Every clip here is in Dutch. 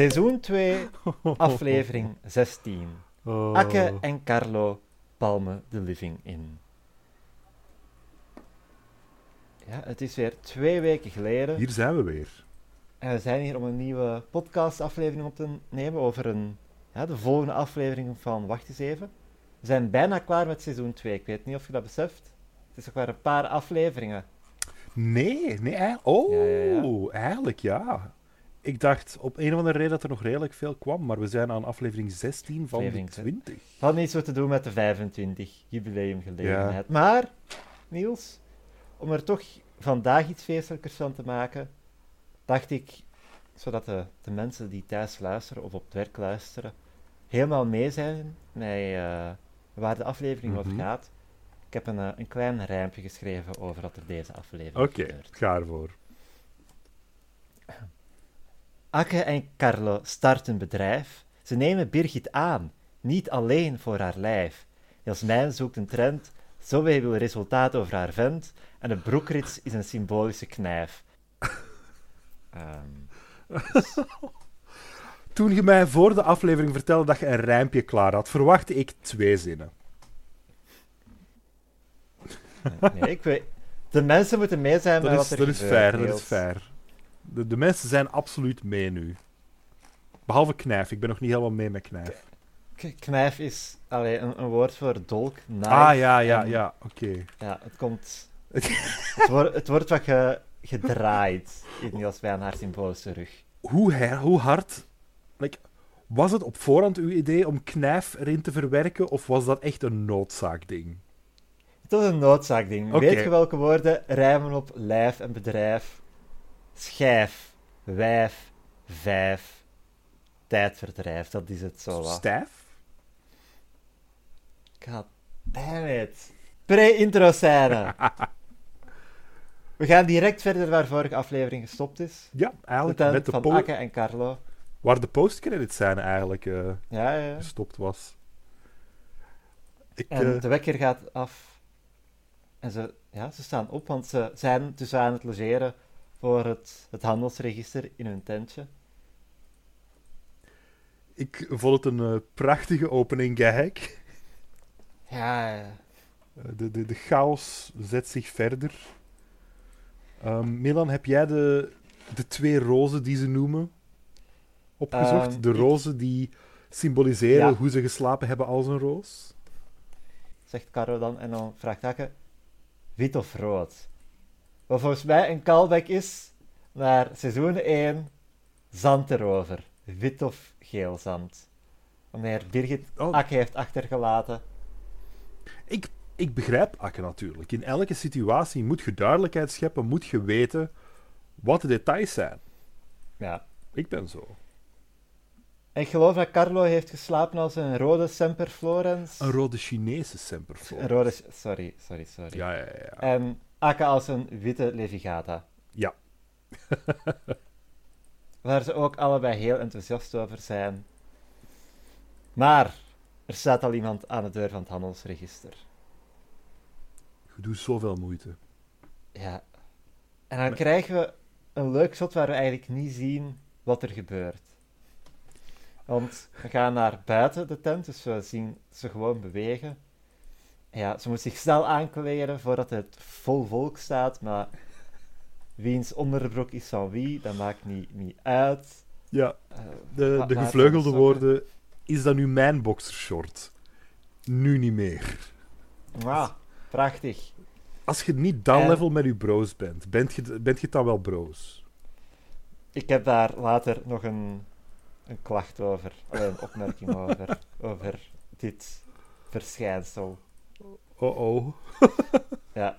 Seizoen 2, aflevering 16. Oh. Akke en Carlo palmen de living in. Ja, het is weer 2 weken geleden. Hier zijn we weer. En we zijn hier om een nieuwe podcastaflevering op te nemen over de volgende aflevering van Wacht eens even. We zijn bijna klaar met seizoen 2. Ik weet niet of je dat beseft. Het is nog maar een paar afleveringen. Nee, eigenlijk... Oh, Ja. eigenlijk ja. Ik dacht op een of andere reden dat er nog redelijk veel kwam, maar we zijn aan aflevering 16 van de 20. Het had niets zo te doen met de 25 jubileumgelegenheid. Ja. Maar, Niels, om er toch vandaag iets feestelijkers van te maken, dacht ik, zodat de mensen die thuis luisteren of op het werk luisteren, helemaal mee zijn met waar de aflevering over gaat. Ik heb een klein rijmpje geschreven over wat er deze aflevering gebeurt. Ga ervoor. Akke en Carlo starten bedrijf. Ze nemen Birgit aan, niet alleen voor haar lijf. Jasmijn zoekt een trend, Zoe wil resultaat over haar vent en de broekrits is een symbolische knijf. Toen je mij voor de aflevering vertelde dat je een rijmpje klaar had, verwachtte ik 2 zinnen. Nee, ik weet... De mensen moeten mee zijn met wat er gebeurt. Dat is fair. De mensen zijn absoluut mee nu. Behalve knijf. Ik ben nog niet helemaal mee met knijf. Knijf is een woord voor dolk, knife. Ja, oké. Ja, het komt... het wordt wat gedraaid in Jasmijn haar symbolische rug. Hoe hard... was het op voorhand uw idee om knijf erin te verwerken, of was dat echt een noodzaakding? Het was een noodzaakding. Okay. Weet je welke woorden rijmen op lijf en bedrijf? Schijf, wijf, vijf, tijdverdrijf. Dat is het zo wat. Stijf? God damn it. Pre-intro scène. We gaan direct verder waar vorige aflevering gestopt is. Ja, eigenlijk de met de van Akke en Carlo. Waar de postcredits zijn eigenlijk ja. gestopt was. De wekker gaat af. En ze staan op, want ze zijn dus aan het logeren voor het handelsregister in hun tentje. Ik vond het een prachtige opening gag. Ja. De chaos zet zich verder. Milan, heb jij de 2 rozen die ze noemen opgezocht? De rozen die symboliseren hoe ze geslapen hebben als een roos? Zegt Caro dan, en dan vraagt Akke, wit of rood? Wat volgens mij een callback is naar seizoen 1, zand erover. Wit of geel zand. Wanneer Birgit Akke heeft achtergelaten. Ik begrijp Akke natuurlijk. In elke situatie moet je duidelijkheid scheppen, moet je weten wat de details zijn. Ja. Ik ben zo. En ik geloof dat Carlo heeft geslapen als een rode Semper Florens. Een rode Chinese Semper Florens. Een rode... Sorry. Ja. En Akke als een witte Levigata. Ja. Waar ze ook allebei heel enthousiast over zijn. Maar er staat al iemand aan de deur van het handelsregister. Je doet zoveel moeite. Ja. En dan krijgen we een leuk shot waar we eigenlijk niet zien wat er gebeurt. Want we gaan naar buiten de tent, dus we zien ze gewoon bewegen. Ja, ze moet zich snel aankleden voordat het vol volk staat, maar wiens onderbroek is van wie, dat maakt niet uit. Ja, de gevleugelde woorden, is dat nu mijn boxershort? Nu niet meer. Ah, prachtig. Als je niet dat level met je bros bent je dan wel bros? Ik heb daar later nog een klacht over, een opmerking over dit verschijnsel. Oh. Ja.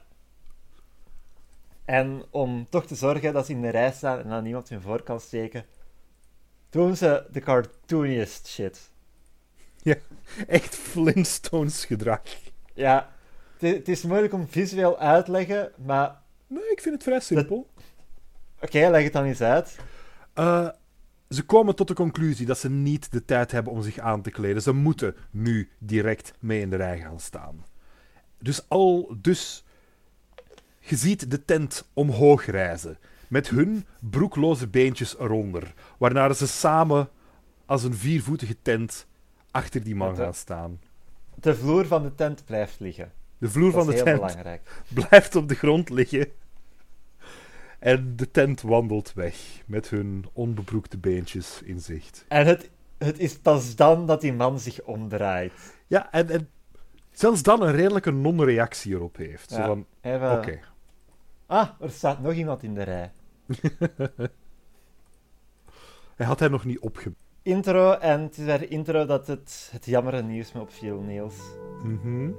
En om toch te zorgen dat ze in de rij staan en dat niemand hun voor kan steken, doen ze de cartooniest shit. Ja, echt Flintstones gedrag. Ja, het is moeilijk om visueel uit te leggen, maar... Nee, ik vind het vrij simpel. Oké, leg het dan eens uit. Ze komen tot de conclusie dat ze niet de tijd hebben om zich aan te kleden. Ze moeten nu direct mee in de rij gaan staan. Dus je ziet de tent omhoog rijzen. met hun broekloze beentjes eronder, waarna ze samen als een viervoetige tent achter die man gaan staan. De vloer van de tent blijft liggen. De vloer van de tent belangrijk. Blijft op de grond liggen. En de tent wandelt weg met hun onbebroekte beentjes in zicht. En het is pas dan dat die man zich omdraait. Ja, en zelfs dan een redelijke non-reactie erop heeft. Ja, zo van, oké. Ah, er staat nog iemand in de rij. Hij had hem nog niet opgemerkt. Intro, en het is bij de intro dat het jammere nieuws me opviel, Niels. Mhm.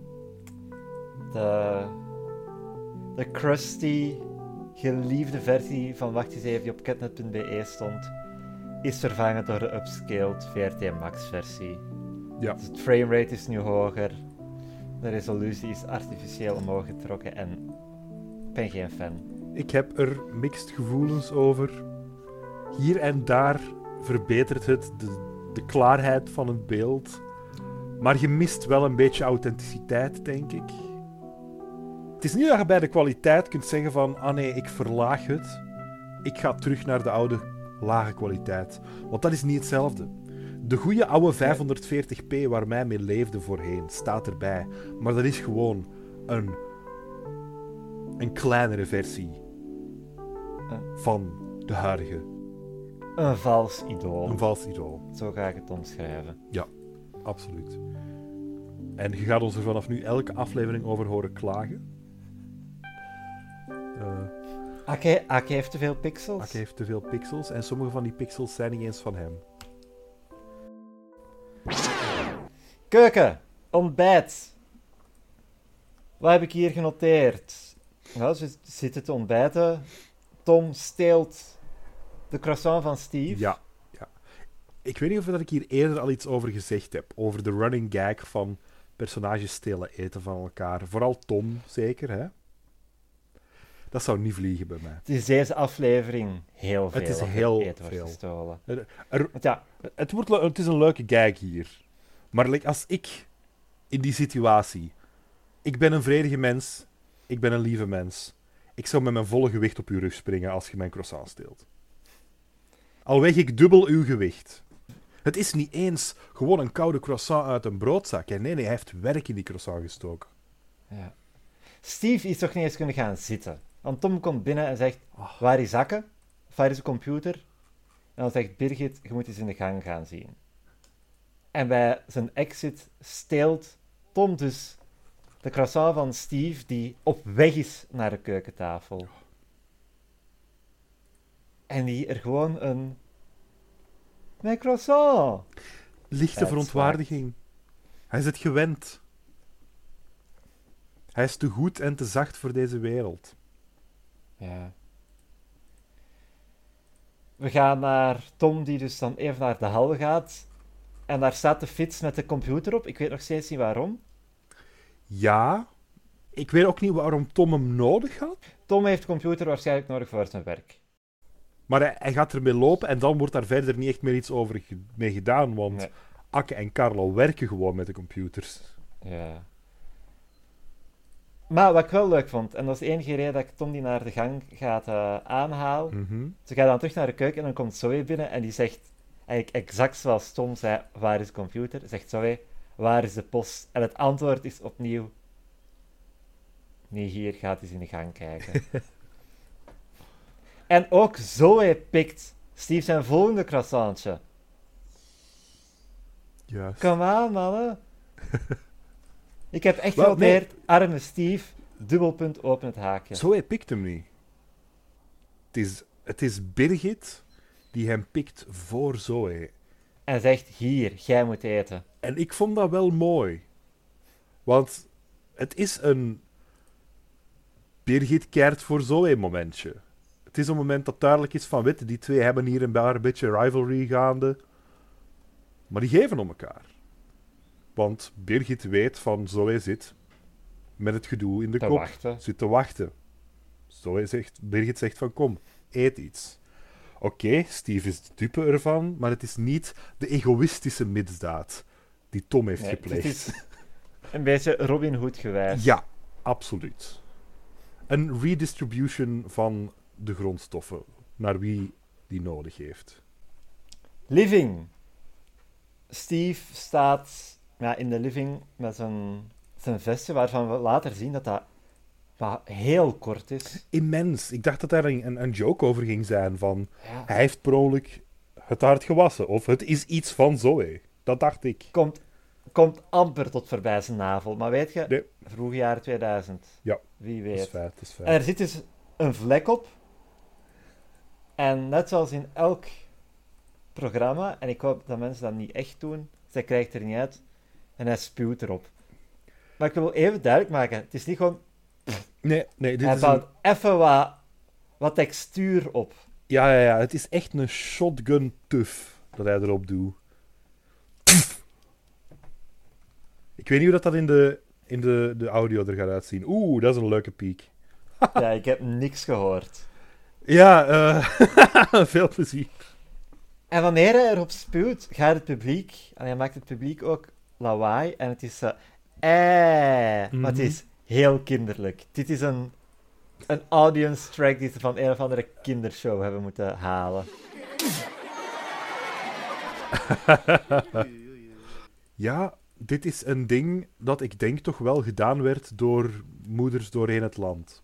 De crusty, geliefde versie van Wacht eens even die op catnet.be stond, is vervangen door de upscaled VRT Max versie. Ja. Dus het framerate is nu hoger, de resolutie is artificieel omhoog getrokken en ik ben geen fan. Ik heb er mixed gevoelens over. Hier en daar verbetert het de klaarheid van het beeld. Maar je mist wel een beetje authenticiteit, denk ik. Het is niet dat je bij de kwaliteit kunt zeggen van... Ah nee, ik verlaag het. Ik ga terug naar de oude lage kwaliteit. Want dat is niet hetzelfde. De goede oude 540p waar mij mee leefde voorheen staat erbij. Maar dat is gewoon een kleinere versie van de huidige. Een vals idool. Een vals idool. Zo ga ik het omschrijven. Ja, absoluut. En je gaat ons er vanaf nu elke aflevering over horen klagen. Ake heeft te veel pixels. Ake heeft te veel pixels en sommige van die pixels zijn niet eens van hem. Keuken. Ontbijt. Wat heb ik hier genoteerd? Nou, ze zitten te ontbijten. Tom steelt de croissant van Steve. Ja. Ik weet niet of ik hier eerder al iets over gezegd heb. Over de running gag van personages stelen eten van elkaar. Vooral Tom, zeker, hè? Dat zou niet vliegen bij mij. Het is deze aflevering heel veel. Het is heel eten veel. Wordt gestolen. Het is een leuke gag hier. Maar als ik in die situatie... Ik ben een vredige mens. Ik ben een lieve mens. Ik zou met mijn volle gewicht op uw rug springen als je mijn croissant steelt. Al weeg ik dubbel uw gewicht. Het is niet eens gewoon een koude croissant uit een broodzak. Hè. Nee, hij heeft werk in die croissant gestoken. Ja. Steve is toch niet eens kunnen gaan zitten. Want Tom komt binnen en zegt, waar is zakken? Of waar is de computer? En dan zegt Birgit, je moet eens in de gang gaan zien. En bij zijn exit steelt Tom dus de croissant van Steve, die op weg is naar de keukentafel. En die er gewoon mijn croissant! Lichte verontwaardiging. Hij is het gewend. Hij is te goed en te zacht voor deze wereld. Ja. We gaan naar Tom, die dus dan even naar de hal gaat. En daar staat de fiets met de computer op. Ik weet nog steeds niet waarom. Ja. Ik weet ook niet waarom Tom hem nodig had. Tom heeft de computer waarschijnlijk nodig voor zijn werk. Maar hij gaat ermee lopen en dan wordt daar verder niet echt meer iets over mee gedaan. Want nee. Akke en Carlo werken gewoon met de computers. Ja. Maar wat ik wel leuk vond, en dat is de enige reden dat ik Tom die naar de gang gaat aanhalen. Mm-hmm. Ze gaat dan terug naar de keuken en dan komt Zoe binnen en die zegt, eigenlijk exact zoals Tom zei, waar is de computer? Zegt Zoe, waar is de post? En het antwoord is opnieuw, nee, hier, gaat eens in de gang kijken. En ook Zoe pikt Steve zijn volgende croissantje. Juist. Kom aan, mannen. Ik heb echt genoteerd, nee. Arme Steve, dubbelpunt, open het haakje. Zoe pikt hem niet. Het is Birgit die hem pikt voor Zoe. En zegt, hier, jij moet eten. En ik vond dat wel mooi. Want het is een Birgit keert voor Zoe momentje. Het is een moment dat duidelijk is van, weet, die twee hebben hier en daar een beetje rivalry gaande. Maar die geven om elkaar. Want Birgit weet van Zoe zit met het gedoe in de kop. Wachten. Zit te wachten. Birgit zegt van, kom, eet iets. Oké, Steve is de dupe ervan, maar het is niet de egoïstische misdaad die Tom heeft gepleegd. Het is een beetje Robin Hood gewijs. Ja, absoluut. Een redistribution van de grondstoffen naar wie die nodig heeft. Living. Steve staat in de living met zijn vestje, waarvan we later zien dat heel kort is. Immens. Ik dacht dat daar een joke over ging zijn van... Ja. Hij heeft per ongeluk het hart gewassen. Of het is iets van Zoe. Dat dacht ik. Komt amper tot voorbij zijn navel. Maar weet je, Nee. vroege jaren 2000. Ja. Wie Dat is weet. feit. Dat is feit. En er zit dus een vlek op. En net zoals in elk programma, en ik hoop dat mensen dat niet echt doen, zij krijgt er niet uit en hij spuwt erop. Maar ik wil even duidelijk maken, het is niet gewoon... Nee, dit Hij is bouwt even wat textuur op. Ja. Het is echt een shotgun tuf dat hij erop doet. Ik weet niet hoe dat in de audio er gaat uitzien. Oeh, dat is een leuke piek. Ja, ik heb niks gehoord. Ja, veel plezier. En wanneer hij erop spuwt, gaat het publiek... En hij maakt het publiek ook lawaai. En het is zo... Maar het is heel kinderlijk. Dit is een audience track die ze van een of andere kindershow hebben moeten halen. Ja, dit is een ding dat ik denk toch wel gedaan werd door moeders doorheen het land.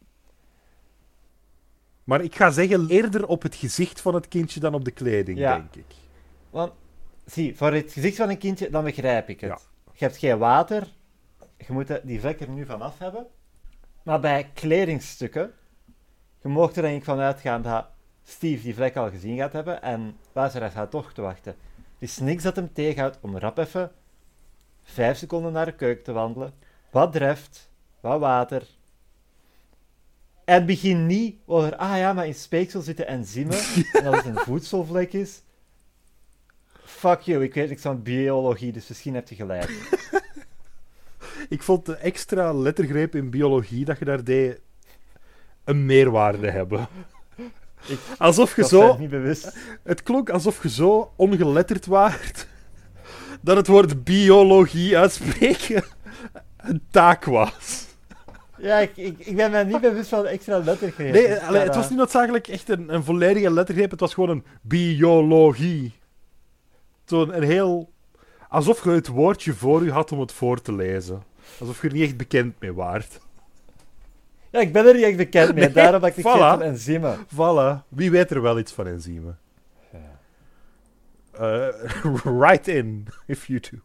Maar ik ga zeggen eerder op het gezicht van het kindje dan op de kleding, Ja. denk ik. Want, zie, voor het gezicht van een kindje, dan begrijp ik het. Ja. Je hebt geen water, je moet die vlek er nu vanaf hebben. Maar bij kledingstukken, je mag er denk ik van uitgaan dat Steve die vlek al gezien gaat hebben en luisteraars gaat toch te wachten. Er is niks dat hem tegenhoudt om rap even 5 seconden naar de keuken te wandelen. Wat dreft, wat water. En het begint niet over, maar in speeksel zitten enzymen en dat het een voedselvlek is. Fuck you, ik weet niks van biologie, dus misschien heb je gelijk. Ik vond de extra lettergreep in biologie dat je daar deed een meerwaarde hebben. Alsof je Dat zo... ben niet bewust. Het klonk alsof je zo ongeletterd waart dat het woord biologie uitspreken een taak was. Ja, ik ben mij niet bewust van de extra lettergreep. Nee, Dus het was niet noodzakelijk echt een volledige lettergreep, het was gewoon een biologie. Zo'n heel... Alsof je het woordje voor je had om het voor te lezen. Alsof je er niet echt bekend mee waart. Ja, ik ben er niet echt bekend mee, Nee, daarom heb ik voilà. geen van enzymen. Voilà. Wie weet er wel iets van enzymen? Write in, if you do.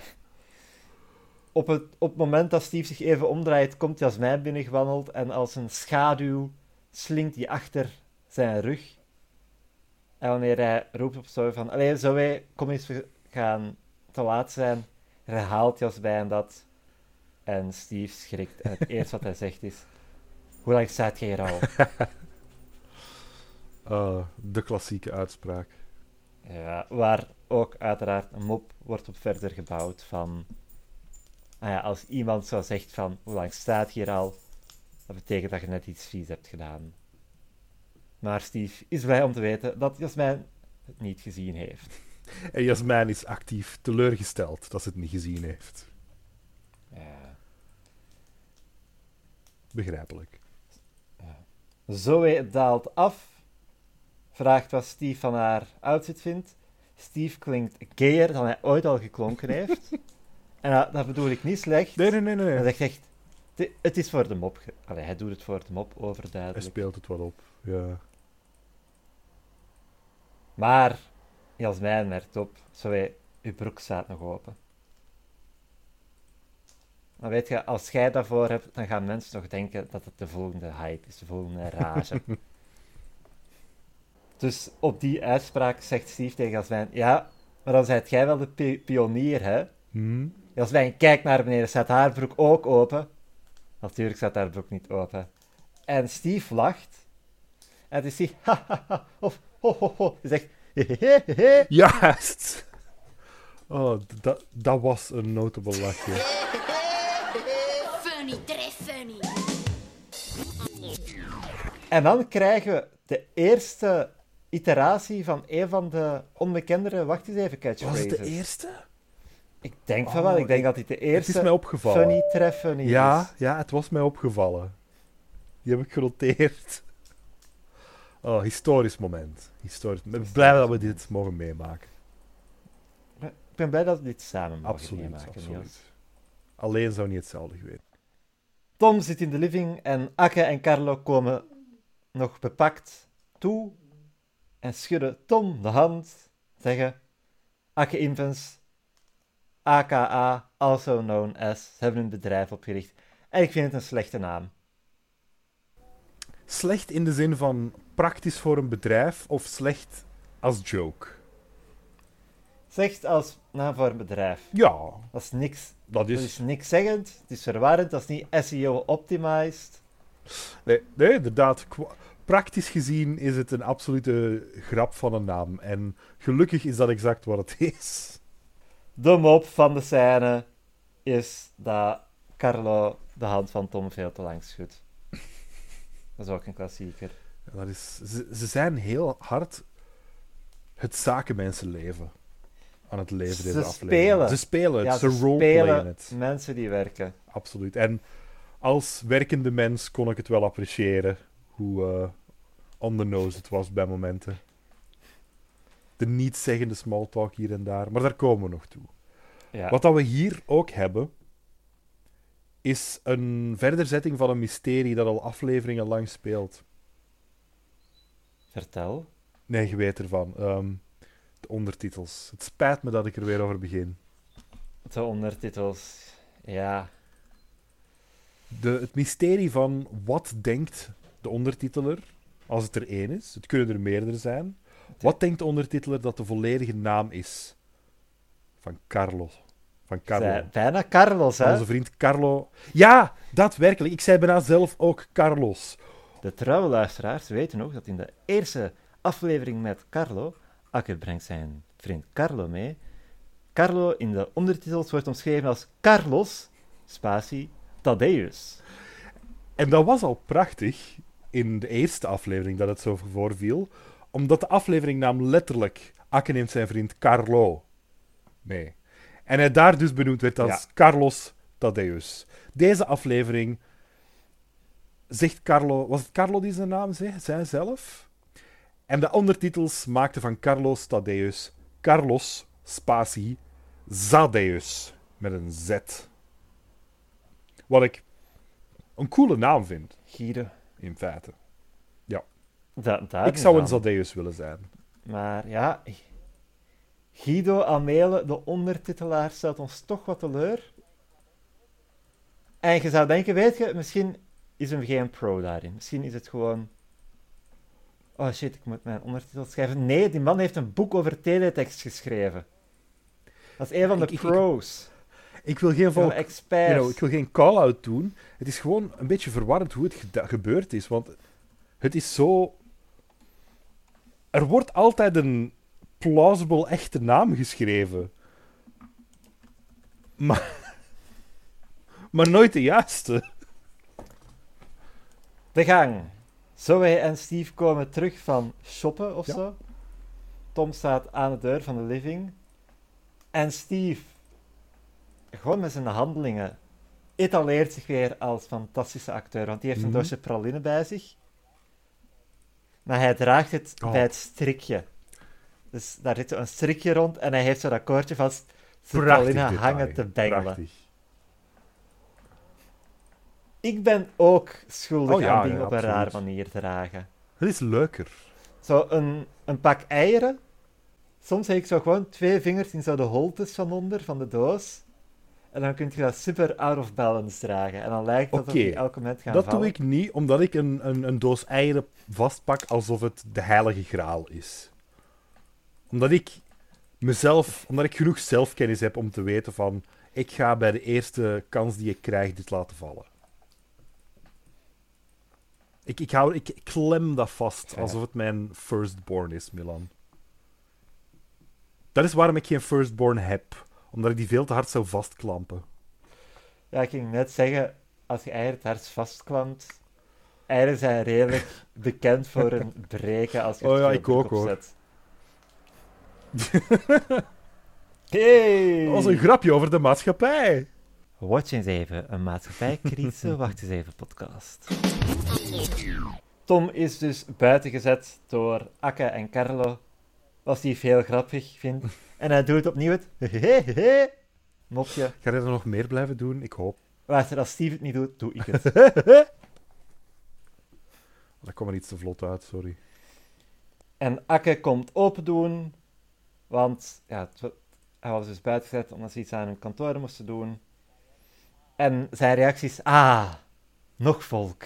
Op het moment dat Steve zich even omdraait, komt Jasmijn binnengewandeld en als een schaduw slinkt hij achter zijn rug. En wanneer hij roept op Zoe van, allee Zoe, kom eens, we gaan te laat zijn, herhaalt Jasmijn dat. En Steve schrikt en het eerste wat hij zegt is, hoe lang staat jij hier al? De klassieke uitspraak. Ja, waar ook uiteraard een mop wordt op verder gebouwd van... als iemand zo zegt van, hoe lang staat je hier al? Dat betekent dat je net iets vies hebt gedaan. Maar Steve is blij om te weten dat Jasmijn het niet gezien heeft. En Jasmijn is actief teleurgesteld dat ze het niet gezien heeft. Ja. Begrijpelijk. Zoe daalt af, vraagt wat Steve van haar outfit vindt. Steve klinkt gayer dan hij ooit al geklonken heeft. En dat bedoel ik niet slecht. Nee. Hij zegt echt, het is voor de mop. Hij doet het voor de mop, Hij overduidelijk. speelt het wat op, ja. Maar Jasmijn merkt op, Zoe, uw broek staat nog open. Maar weet je, als jij dat voor hebt, dan gaan mensen nog denken dat het de volgende hype is, de volgende rage. Dus op die uitspraak zegt Steve tegen Jasmijn, ja, maar dan zijt jij wel de pionier, hè? Jasmijn, kijk naar beneden, staat haar broek ook open? Natuurlijk staat haar broek niet open. En Steve lacht. En het is hij, hahaha, of ho ho ho. Hij zegt, hehehe. Juist! Oh, dat was een notable lachje. Funny, très funny. En dan krijgen we de eerste iteratie van een van de onbekendere, wacht eens even, catchphrases. Was het de eerste? Ik denk van wel, ik denk dat dit de Het eerste is mij opgevallen. funny tref funny is. Ja, het was mij opgevallen. Die heb ik genoteerd. Oh, historisch moment. Historisch. Ik ben blij dat we dit mogen meemaken. Ik ben blij dat we dit samen mogen Absoluut, meemaken, Niels. absoluut. Alleen zou niet hetzelfde geweest. Tom zit in de living en Akke en Carlo komen nog bepakt toe en schudden Tom de hand. Zeggen, Akke Invens, aka, also known as, ze hebben hun bedrijf opgericht. En ik vind het een slechte naam. Slecht in de zin van praktisch voor een bedrijf of slecht als joke? Slecht als naam voor een bedrijf. Ja, Dat is niks. dat Dat is... is niks zeggend, het is verwarrend, dat is niet SEO-optimized. Nee, inderdaad. Praktisch gezien is het een absolute grap van een naam. En gelukkig is dat exact wat het is. De mop van de scène is dat Carlo de hand van Tom veel te lang schudt. Dat is ook een klassieker. Dat is, ze zijn heel hard het zakenmensenleven aan het leven deze aflevering. Ze spelen het, ze roleplayen het. Mensen die werken. Absoluut. En als werkende mens kon ik het wel appreciëren hoe on the nose het was bij momenten. De niet-zeggende small talk hier en daar. Maar daar komen we nog toe. Ja. Wat dat we hier ook hebben, is een verderzetting van een mysterie dat al afleveringen lang speelt. Vertel. Nee, je weet ervan. De ondertitels. Het spijt me dat ik er weer over begin. De ondertitels. Ja. Het mysterie van wat denkt de ondertiteler, als het er één is. Het kunnen er meerdere zijn. Wat denkt de ondertiteler dat de volledige naam is van Carlo? Van Carlo. Bijna Carlos, hè? Onze vriend Carlo. Ja, daadwerkelijk. Ik zei bijna zelf ook Carlos. De trouwe luisteraars weten ook dat in de eerste aflevering met Carlo, Akke brengt zijn vriend Carlo mee. Carlo in de ondertitels wordt omschreven als Carlos, spatie, Thaddeus. En dat was al prachtig in de eerste aflevering dat het zo voorviel, omdat de afleveringnaam letterlijk Akke neemt zijn vriend Carlo mee. En hij daar dus benoemd werd als Carlos Thaddeus. Deze aflevering zegt Carlo... Was het Carlo die zijn naam zei zelf? En de ondertitels maakten van Carlos Thaddeus Carlos spatie Zadeus met een Z. Wat ik een coole naam vind. Guido. In feite. Ja. Ik zou een Zadeus willen zijn. Maar ja... Guido Amele, de ondertitelaar, stelt ons toch wat teleur. En je zou denken, weet je, misschien is hem geen pro daarin. Misschien is het gewoon... Oh shit, ik moet mijn ondertitel schrijven. Nee, die man heeft een boek over teletext geschreven. Dat is een van de pro's. Ik wil geen experts. Ik wil geen call-out doen. Het is gewoon een beetje verwarrend hoe het gebeurd is. Want het is zo... Er wordt altijd een plausible echte naam geschreven. Maar nooit de juiste. De gang. Zoe en Steve komen terug van shoppen of zo. Tom staat aan de deur van de living. En Steve, gewoon met zijn handelingen, etaleert zich weer als fantastische acteur. Want die heeft een doosje praline bij zich. Maar hij draagt het bij het strikje. Dus daar zit een strikje rond en hij heeft zo dat koordje vast zijn praline hangen te bengelen. Prachtig. Ik ben ook schuldig aan dingen op een rare manier dragen. Het is leuker. Zo een pak eieren. Soms heb ik zo gewoon 2 vingers in zo de holtes van onder, van de doos. En dan kun je dat super out of balance dragen. En dan lijkt dat die elk moment gaan vallen. Dat doe ik niet, omdat ik een doos eieren vastpak alsof het de heilige graal is. Omdat ik genoeg zelfkennis heb om te weten van... Ik ga bij de eerste kans die ik krijg dit laten vallen. Ik klem dat vast, alsof het mijn firstborn is, Milan. Dat is waarom ik geen firstborn heb. Omdat ik die veel te hard zou vastklampen. Ja, ik ging net zeggen, als je eieren het hardst vastklampt... Eieren zijn redelijk bekend voor een breken als je het ik ook, hoor. zet. Hey! Dat was een grapje over de maatschappij. Watch eens even, een maatschappijkritische Wacht eens even podcast. Tom is dus buiten gezet door Akke en Carlo, wat hij veel grappig vindt. En hij doet opnieuw het mopje. Ga je er nog meer blijven doen? Ik hoop. Luister, als Steve het niet doet, doe ik het. Dat kwam er iets te vlot uit, sorry. En Akke komt open doen, want ja, hij was dus buiten gezet omdat ze iets aan hun kantoor moesten doen. En zijn reactie is, nog volk.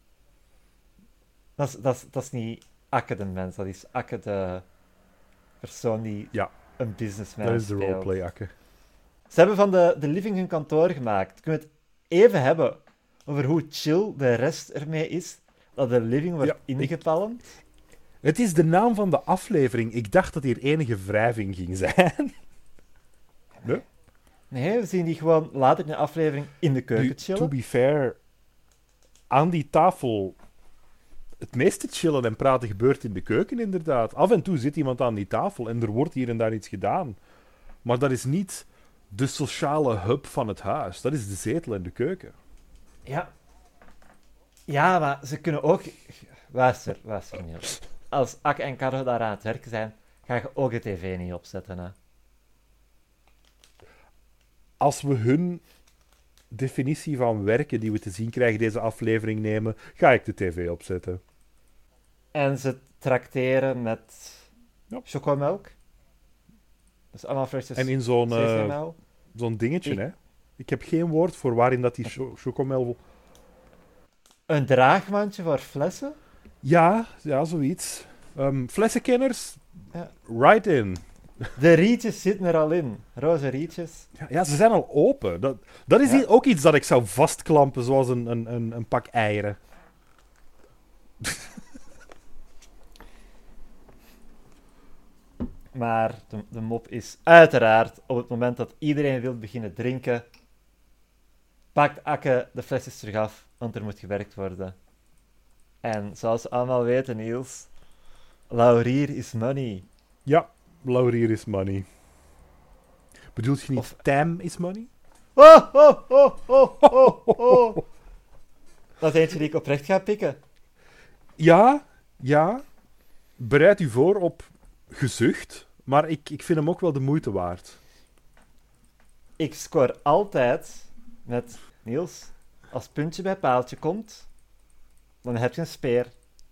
Dat is niet Akke de mens, dat is Akke de persoon die een businessman Dat is de speelt. roleplay, Akke. Ze hebben van de living hun kantoor gemaakt. Kunnen we het even hebben over hoe chill de rest ermee is? Dat de living wordt ingepalmd? Het is de naam van de aflevering. Ik dacht dat hier enige wrijving ging zijn. Nee? Nee, we zien die gewoon later in de aflevering in de keuken chillen. To be fair, aan die tafel... Het meeste chillen en praten gebeurt in de keuken, inderdaad. Af en toe zit iemand aan die tafel en er wordt hier en daar iets gedaan. Maar dat is niet de sociale hub van het huis. Dat is de zetel en de keuken. Ja. Ja, maar ze kunnen ook... Luister, Niels. Als Akke en Carlo daar aan het werken zijn, ga je ook de tv niet opzetten, hè. Als we hun definitie van werken die we te zien krijgen deze aflevering nemen, ga ik de tv opzetten. En ze trakteren met chocomelk. Dus allemaal flesjes en in zo'n dingetje, hè. Ik heb geen woord voor waarin dat die chocomelk... Een draagmandje voor flessen? Ja, zoiets. Flessenkenners, right in. De rietjes zitten er al in. Roze rietjes. Ja, ze zijn al open. Dat is ook iets dat ik zou vastklampen, zoals een pak eieren. Maar de mop is uiteraard, op het moment dat iedereen wil beginnen drinken, pakt Akke de flesjes terug af, want er moet gewerkt worden. En zoals we allemaal weten, Niels, laurier is money. Ja, laurier is money. Bedoelt je niet tam is money? Oh. Dat is eentje die ik oprecht ga pikken. Ja. Bereid u voor op gezucht, maar ik vind hem ook wel de moeite waard. Ik score altijd met Niels. Als puntje bij paaltje komt, dan heb je een speer.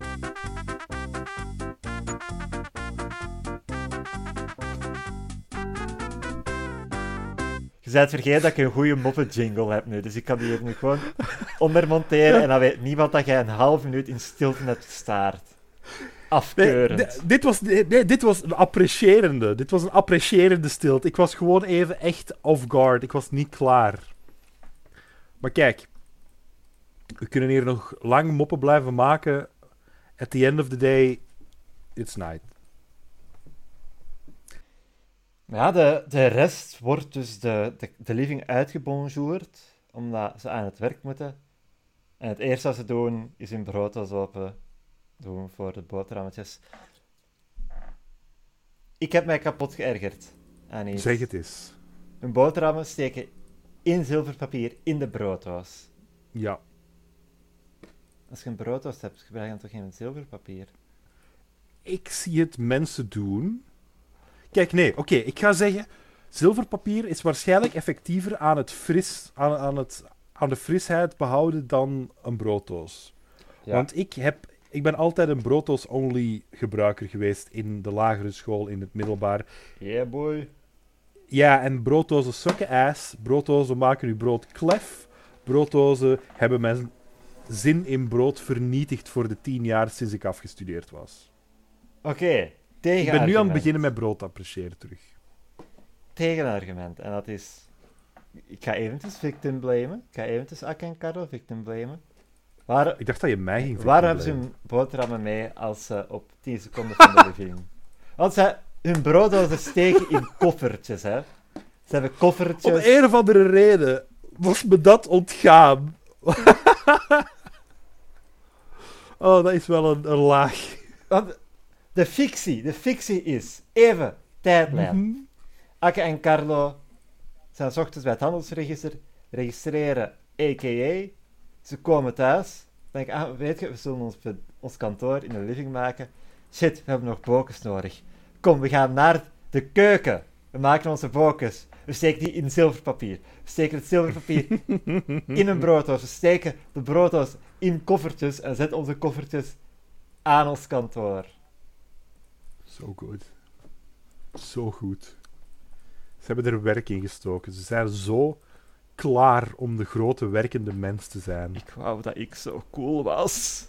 Je bent vergeten dat ik een goede moppen-jingle heb nu, dus ik kan die hier nu gewoon ondermonteren en dan weet niemand dat jij een half minuut in stilte hebt gestaard. Afkeurend. Nee, dit was een apprecierende. Dit was een apprecierende stilte. Ik was gewoon even echt off guard. Ik was niet klaar. Maar kijk, we kunnen hier nog lang moppen blijven maken. At the end of the day, it's night. Ja, de rest wordt dus de living uitgebonjourd, omdat ze aan het werk moeten. En het eerste wat ze doen, is hun broodtas open doen voor de boterhammetjes. Ik heb mij kapot geërgerd aan iets. Zeg het eens. Hun boterhammen steken in zilverpapier in de brooddoos. Ja. Als je een brooddoos hebt, gebruik je dan toch geen zilverpapier? Ik zie het mensen doen. Kijk, nee, oké, ik ga zeggen, zilverpapier is waarschijnlijk effectiever aan de frisheid behouden dan een brooddoos. Ja. Want ik ben altijd een brooddoos-only gebruiker geweest in de lagere school, in het middelbaar. Yeah, boy. Ja, en brooddozen sukken ass. Brooddozen maken uw brood klef. Brooddozen hebben mijn zin in brood vernietigd voor de 10 jaar sinds ik afgestudeerd was. Oké, ik ben nu aan het beginnen met brood appreciëren terug. Tegenargument, en dat is... Ik ga eventjes victim blamen. Ik ga eventjes Akke en Carlo victim blamen. Ik dacht dat je mij ging victim Waar hebben ze hun boterhammen mee als ze op 10 seconden van de living? Want hun brooddozen steken in koffertjes, hè. Ze hebben koffertjes... Om een of andere reden was me dat ontgaan. Oh, dat is wel een laag. Want de fictie is... Even, tijdlijn. Mm-hmm. Akke en Carlo zijn 's ochtends bij het handelsregister, registreren, a.k.a. Ze komen thuis, denk ik, weet je, we zullen ons kantoor in de living maken. Shit, we hebben nog bokens nodig. Kom, we gaan naar de keuken. We maken onze bokens. We steken die in zilverpapier. We steken het zilverpapier in een brooddoos. We steken de brooddoos in koffertjes en zetten onze koffertjes aan ons kantoor. Zo goed. Zo goed. Ze hebben er werk in gestoken. Ze zijn zo klaar om de grote werkende mens te zijn. Ik wou dat ik zo cool was.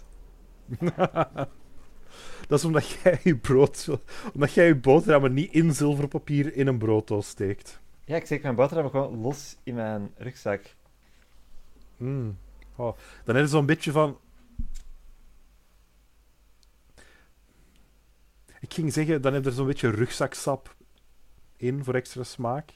Dat is omdat jij je boterhammen niet in zilverpapier in een brooddoos steekt. Ja, ik steek mijn boterhammen gewoon los in mijn rugzak. Oh, dan heb je zo'n beetje van... Ik ging zeggen, dan heb je er zo'n beetje rugzaksap in voor extra smaak.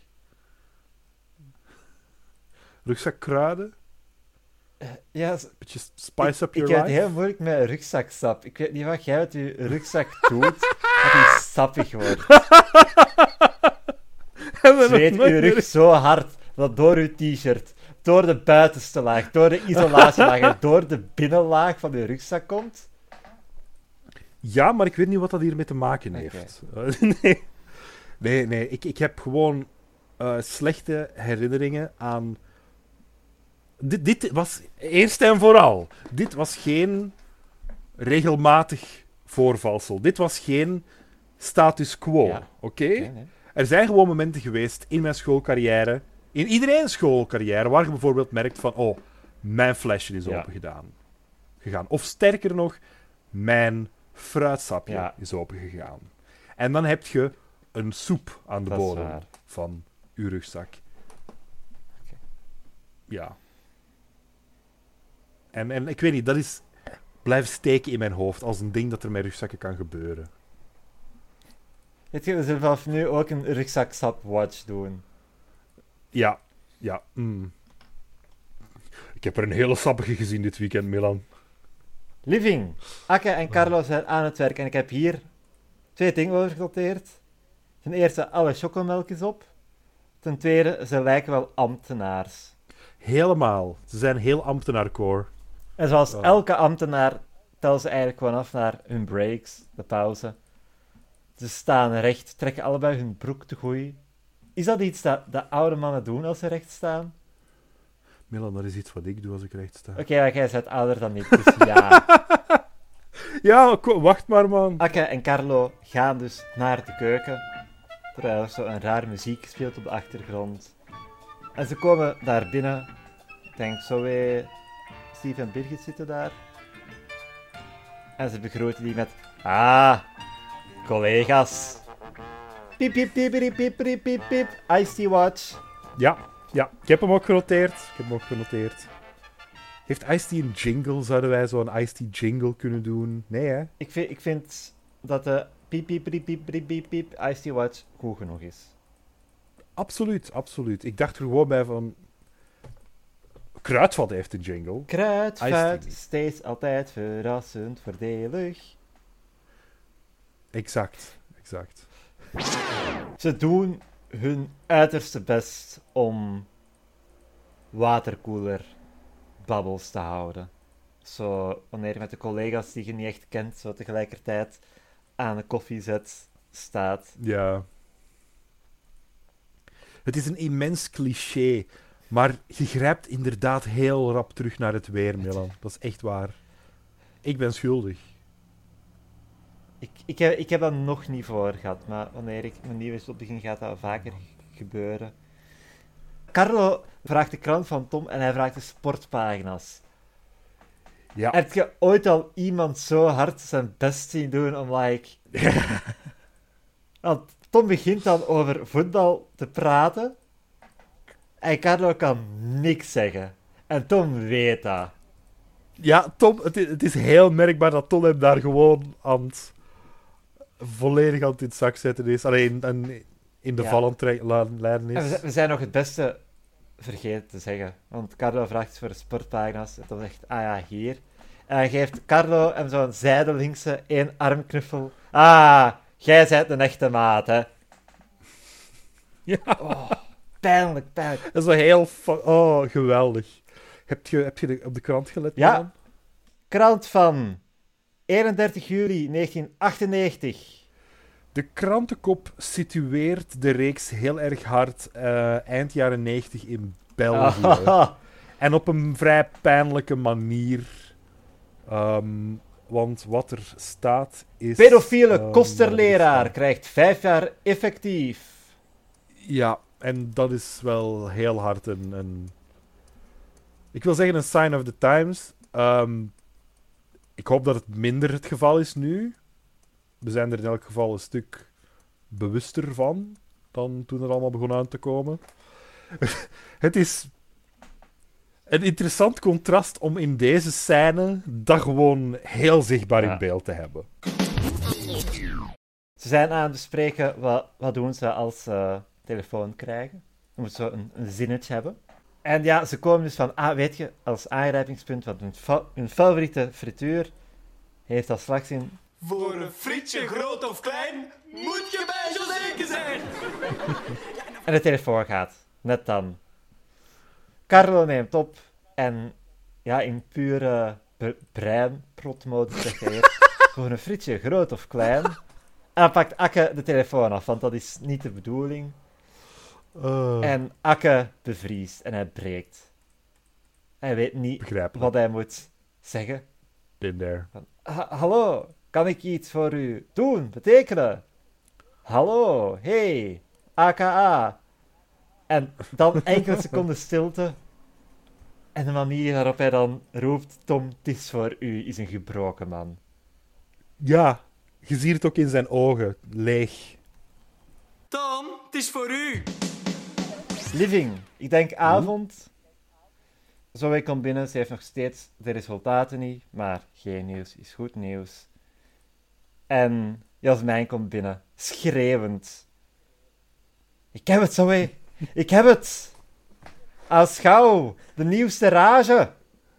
Rugzakkruiden. Ja, Beetje spice up ik your heb het life. heel moeilijk met rugzaksap. Ik weet niet wat jij met je rugzak doet, dat die sappig wordt. Zweet je rug zo hard dat door je t-shirt, door de buitenste laag, door de isolatielaag en door de binnenlaag van je rugzak komt. Ja, maar ik weet niet wat dat hiermee te maken heeft. Nee. Ik heb gewoon slechte herinneringen aan... Dit was, eerst en vooral, dit was geen regelmatig voorvalsel. Dit was geen status quo, Ja. oké? Nee. Er zijn gewoon momenten geweest in mijn schoolcarrière, in iedereen's schoolcarrière, waar je bijvoorbeeld merkt van, oh, mijn flesje is opengegaan. Of sterker nog, mijn fruitsapje is opengegaan. En dan heb je een soep aan de bodem van uw rugzak. Okay. Ja. En ik weet niet, dat is blijven steken in mijn hoofd als een ding dat er met rugzakken kan gebeuren. Weet je, we zullen vanaf nu ook een rugzaksap-watch doen. Ja. Ik heb er een hele sappige gezien dit weekend, Milan. Living. Akke en Carlo zijn aan het werk en ik heb hier 2 dingen over genoteerd. Ten eerste, alle chocomelk is op. Ten tweede, ze lijken wel ambtenaars. Helemaal. Ze zijn heel ambtenaarkoor. En zoals elke ambtenaar tellen ze eigenlijk gewoon af naar hun breaks, de pauze. Ze staan recht, trekken allebei hun broek te goeie. Is dat iets dat de oude mannen doen als ze recht staan? Milan, dat is iets wat ik doe als ik recht sta. Oké, maar jij bent ouder dan ik, dus ja. Ja, wacht maar, man. Akke en Carlo gaan dus naar de keuken, terwijl er zo een raar muziek speelt op de achtergrond. En ze komen daar binnen. Ik denk zo weer... Steve en Birgit zitten daar. En ze begroeten die met... Ah, collega's. Piep, piep, piep, piep, piep, piep, piep, piep. Ice-T Watch. Ja. Ik heb hem ook genoteerd. Heeft Ice-T een jingle? Zouden wij zo'n Ice-T jingle kunnen doen? Nee, hè? Ik vind dat de piep, piep, piep, piep, piep, piep, piep Ice-T Watch goed genoeg is. Absoluut. Ik dacht er gewoon bij van... Kruidvat heeft een jingle. Kruidvat, steeds altijd verrassend voordelig. Exact. Ze doen hun uiterste best om waterkoeler babbels te houden. Zo, wanneer je met de collega's die je niet echt kent, zo tegelijkertijd aan de koffiezet staat. Ja. Het is een immens cliché, maar je grijpt inderdaad heel rap terug naar het weer, Milan. Dat is echt waar. Ik ben schuldig. Ik heb dat nog niet voor gehad, maar wanneer ik mijn nieuwe job begin, gaat dat vaker gebeuren. Carlo vraagt de krant van Tom en hij vraagt de sportpagina's. Ja. Heb je ooit al iemand zo hard zijn best zien doen om, Want Tom begint dan over voetbal te praten en Carlo kan niks zeggen. En Tom weet dat. Ja, Tom, het is heel merkbaar dat Tom hem daar gewoon volledig aan het in het zak zetten is. Alleen in de vallen is. We zijn nog het beste vergeten te zeggen. Want Carlo vraagt voor de sportpagina's. En Tom zegt, ah ja, hier. En hij geeft Carlo hem zo'n zijdelingse 1 armknuffel. Ah, jij bent een echte maat, hè. Ja. Oh, pijnlijk. Dat is wel heel... geweldig. Heb je op de krant gelet? Ja. Man? krant van 31 juli 1998. De krantenkop situeert de reeks heel erg hard eind jaren 90 in België. Ah, En op een vrij pijnlijke manier. Want wat er staat is... pedofiele kosterleraar wat er krijgt 5 jaar effectief. staat. Ja, en dat is wel heel hard ik wil zeggen een sign of the times. Ik hoop dat het minder het geval is nu. We zijn er in elk geval een stuk bewuster van dan toen het allemaal begon aan te komen. Het is een interessant contrast om in deze scène dat gewoon heel zichtbaar in beeld te hebben. Ze zijn aan het bespreken wat doen ze als ze telefoon krijgen. Je moet zo een zinnetje hebben. En ja, ze komen dus van, weet je, als aangrijpingspunt van hun favoriete frituur heeft als slagzin... Voor een frietje, groot of klein, moet je bij Joseke zijn. En de telefoon gaat. Net dan. Carlo neemt op en ja, in pure breinprotmodus zegt hij voor een frietje, groot of klein. En dan pakt Akke de telefoon af, want dat is niet de bedoeling. En Akke bevriest en hij breekt. Hij weet niet wat hij moet zeggen. Been there. Hallo, kan ik iets voor u doen, betekenen? Hallo, hey, AKA. En dan enkele seconden stilte. En de manier waarop hij dan roept, Tom, het is voor u, is een gebroken man. Ja, je ziet het ook in zijn ogen. Leeg. Tom, het is voor u. Living, ik denk avond. Zoe komt binnen, ze heeft nog steeds de resultaten niet, maar geen nieuws is goed nieuws. En Jasmijn komt binnen, schreeuwend. Ik heb het, Zoe. Ik heb het. Aanschouw, de nieuwste rage.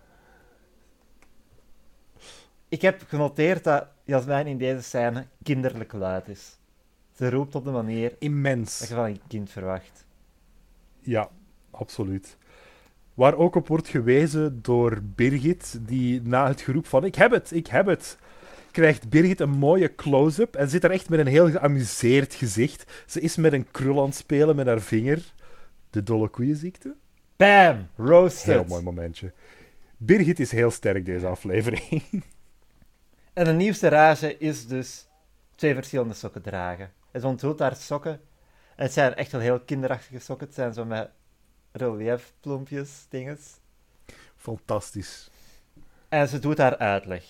Ik heb genoteerd dat Jasmijn in deze scène kinderlijk luid is. Ze roept op de manier Immens. dat je van een kind verwacht. Ja, absoluut. Waar ook op wordt gewezen door Birgit, die na het geroep van ik heb het, krijgt Birgit een mooie close-up en zit daar echt met een heel geamuseerd gezicht. Ze is met een krul aan het spelen met haar vinger. De dolle koeienziekte. Bam! Roasted. Heel mooi momentje. Birgit is heel sterk deze aflevering. En de nieuwste rage is dus 2 verschillende sokken dragen. En ze onthult haar sokken. En het zijn echt wel heel kinderachtige sokken. Het zijn zo met reliefploempjes, dinges. Fantastisch. En ze doet haar uitleg.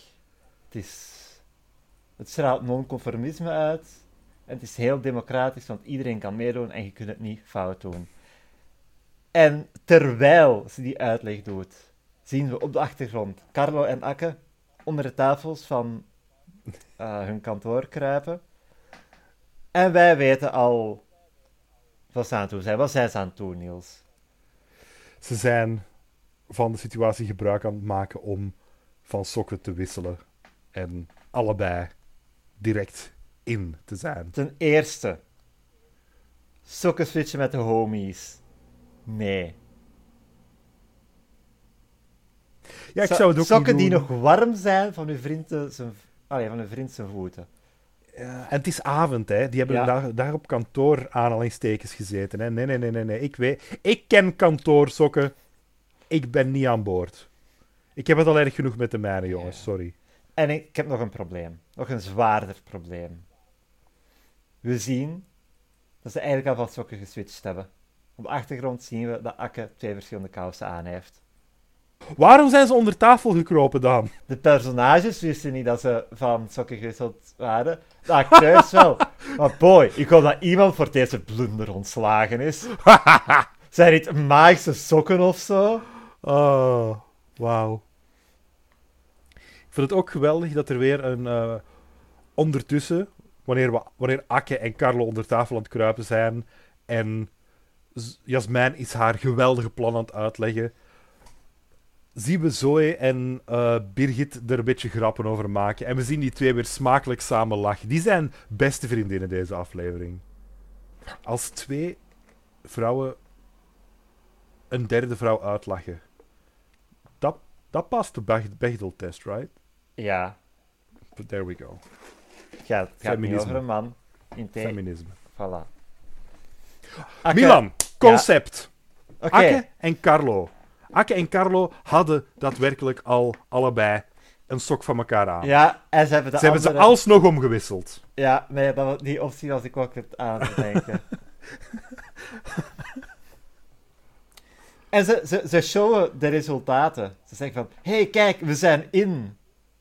Het straalt non-conformisme uit. En het is heel democratisch, want iedereen kan meedoen en je kunt het niet fout doen. En terwijl ze die uitleg doet, zien we op de achtergrond Carlo en Akke onder de tafels van hun kantoor kruipen. En wij weten al wat ze aan het doen zijn. Wat zijn ze aan het doen, Niels? Ze zijn van de situatie gebruik aan het maken om van sokken te wisselen. En allebei direct in te zijn. Ten eerste, sokken switchen met de homies. Nee. Ja, ik zou het ook sokken niet die doen. nog warm zijn van uw vriend zijn voeten. Ja, en het is avond, hè. Die hebben daar op kantoor aanhalingstekens gezeten. Hè. Nee. Ik ken kantoorsokken. Ik ben niet aan boord. Ik heb het al erg genoeg met de mijne, jongens. Sorry. En ik heb nog een probleem. Nog een zwaarder probleem. We zien dat ze eigenlijk al van sokken geswitcht hebben. Op de achtergrond zien we dat Akke 2 verschillende kousen aan heeft. Waarom zijn ze onder tafel gekropen dan? De personages wisten niet dat ze van sokken gewisseld waren. De acteurs wel. Maar boy, ik hoop dat iemand voor deze blunder ontslagen is. Zijn dit magische sokken of zo? Oh, wauw. Ik vind het ook geweldig dat er weer een... ondertussen, wanneer Akke en Carlo onder tafel aan het kruipen zijn en Jasmijn is haar geweldige plan aan het uitleggen, zien we Zoe en Birgit er een beetje grappen over maken. En we zien die twee weer smakelijk samen lachen. Die zijn beste vriendinnen deze aflevering. Als 2 vrouwen een derde vrouw uitlachen. Dat Dat past de Bechdel-test, right? Ja, But there we go. het gaat niet Feminisme. over een man. Feminisme. Voilà. Akke, Milan, concept. Oké, Akke en Carlo. Akke en Carlo hadden daadwerkelijk al allebei een sok van elkaar aan. ja, en ze hebben de Ze hebben ze andere... alsnog omgewisseld. Ja, nee, die optie was ik ook aan te denken. En ze showen de resultaten. Ze zeggen van, hey, kijk, we zijn in.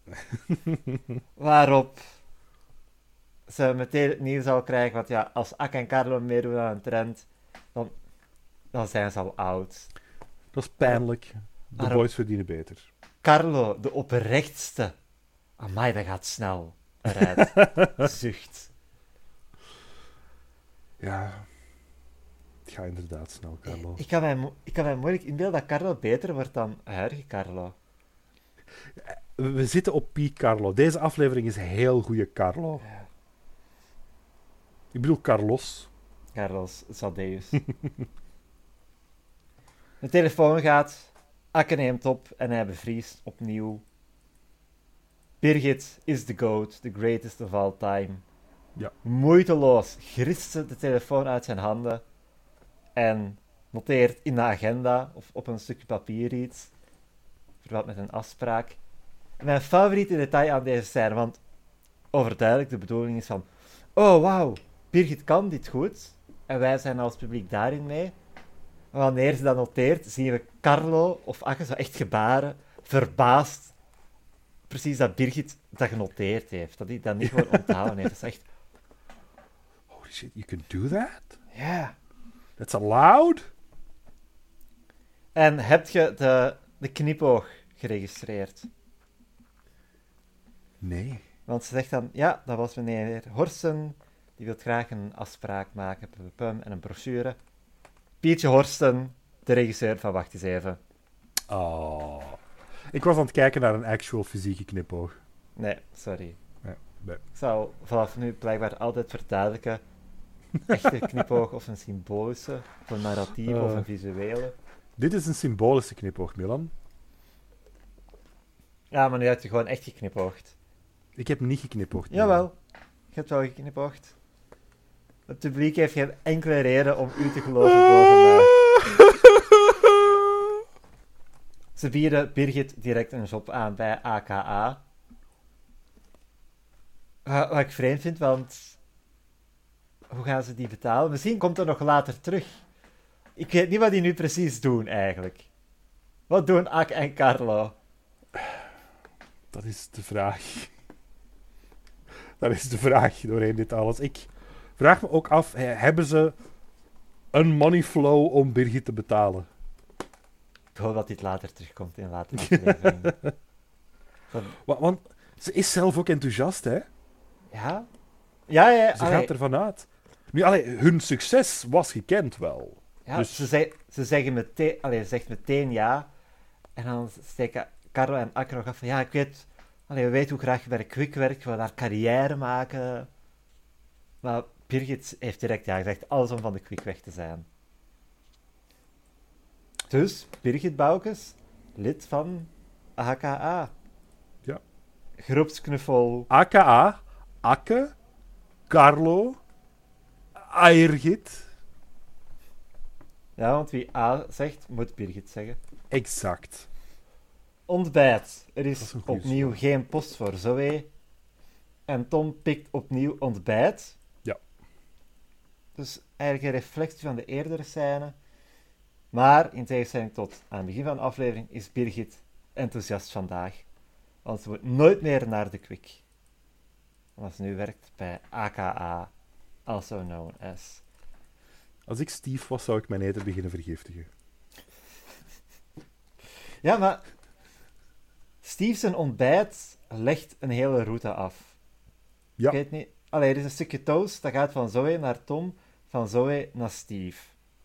Waarop ze meteen het nieuws al krijgen, want ja, als Akke en Carlo meedoen aan een trend, dan zijn ze al oud. Dat is pijnlijk. De Waarom? boys verdienen beter. Carlo, de oprechtste. Amai, dat gaat snel. Eruit. Zucht. Ja. Het gaat inderdaad snel, Carlo. Ik kan mij moeilijk inbeelden dat Carlo beter wordt dan huidige Carlo. We zitten op piek Carlo. Deze aflevering is heel goede Carlo. Ja. Ik bedoel Carlos. Carlos Sadeus. De telefoon gaat. Akke neemt op en hij bevriest opnieuw. Birgit is the GOAT, the greatest of all time. Ja. Moeiteloos grist ze de telefoon uit zijn handen en noteert in de agenda of op een stukje papier iets, verband met een afspraak. En mijn favoriete detail aan deze scène, want overduidelijk de bedoeling is van, oh wauw, Birgit kan dit goed en wij zijn als publiek daarin mee. Maar wanneer ze dat noteert, zien we Carlo of Akke zo echt gebaren, verbaasd. Precies dat Birgit dat genoteerd heeft. Dat hij dat niet gewoon onthouden heeft. Dat is echt... Holy shit, you can do that? Ja. That's allowed? En heb je de knipoog geregistreerd? Nee. Want ze zegt dan, ja, dat was meneer Horsten. Die wil graag een afspraak maken. En een brochure. Pietje Horsten, de regisseur van Wacht eens even. Oh. Ik was aan het kijken naar een actual fysieke knipoog. Nee, sorry. Nee. Ik zal vanaf nu blijkbaar altijd verduidelijken. Echte knipoog of een symbolische, of een narratieve of een visuele. Dit is een symbolische knipoog, Milan. Ja, maar nu heb je gewoon echt geknipoogd. Ik heb niet geknipoogd. Milan. Jawel, je hebt wel geknipoogd. Het publiek heeft geen enkele reden om u te geloven boven mij. Ze bieden Birgit direct een job aan bij AKA. Wat ik vreemd vind, want... Hoe gaan ze die betalen? Misschien komt er nog later terug. Ik weet niet wat die nu precies doen, eigenlijk. Wat doen Ak en Carlo? Dat is de vraag. Dat is de vraag doorheen dit alles. Ik vraag me ook af, hebben ze een money flow om Birgit te betalen? Ik hoop dat dit later terugkomt in latere afleveringen. Want ze is zelf ook enthousiast, hè? Ja? Ja. Ze gaat ervan uit. Nu, hun succes was gekend wel. Ja, Dus- ze zeggen meteen, ze zegt meteen ja. En dan steken Carlo en Akke nog af van, ja, we weten hoe graag je bij de Quick werkt, we willen daar carrière maken. Maar Birgit heeft direct ja gezegd, alles om van de Quick weg te zijn. Dus, Birgit Boukes, lid van AKA. Ja. Groepsknuffel. AKA, Akke, Carlo, Airgit. Ja, want wie A zegt, moet Birgit zeggen. Exact. Ontbijt. Er Dat is is een goeie opnieuw slag. geen post voor Zoe. En Tom pikt opnieuw ontbijt. Ja. Dus eigenlijk een reflectie van de eerdere scène. Maar, in tegenstelling tot aan het begin van de aflevering, is Birgit enthousiast vandaag. Want ze moet nooit meer naar de Quick. Omdat ze nu werkt bij AKA, also known as. Als ik Steve was, zou ik mijn eten beginnen vergiftigen. Ja, maar Steve's ontbijt legt een hele route af. Ja. Ik weet niet. Er is een stukje toast, dat gaat van Zoe naar Tom, van Zoe naar Steve.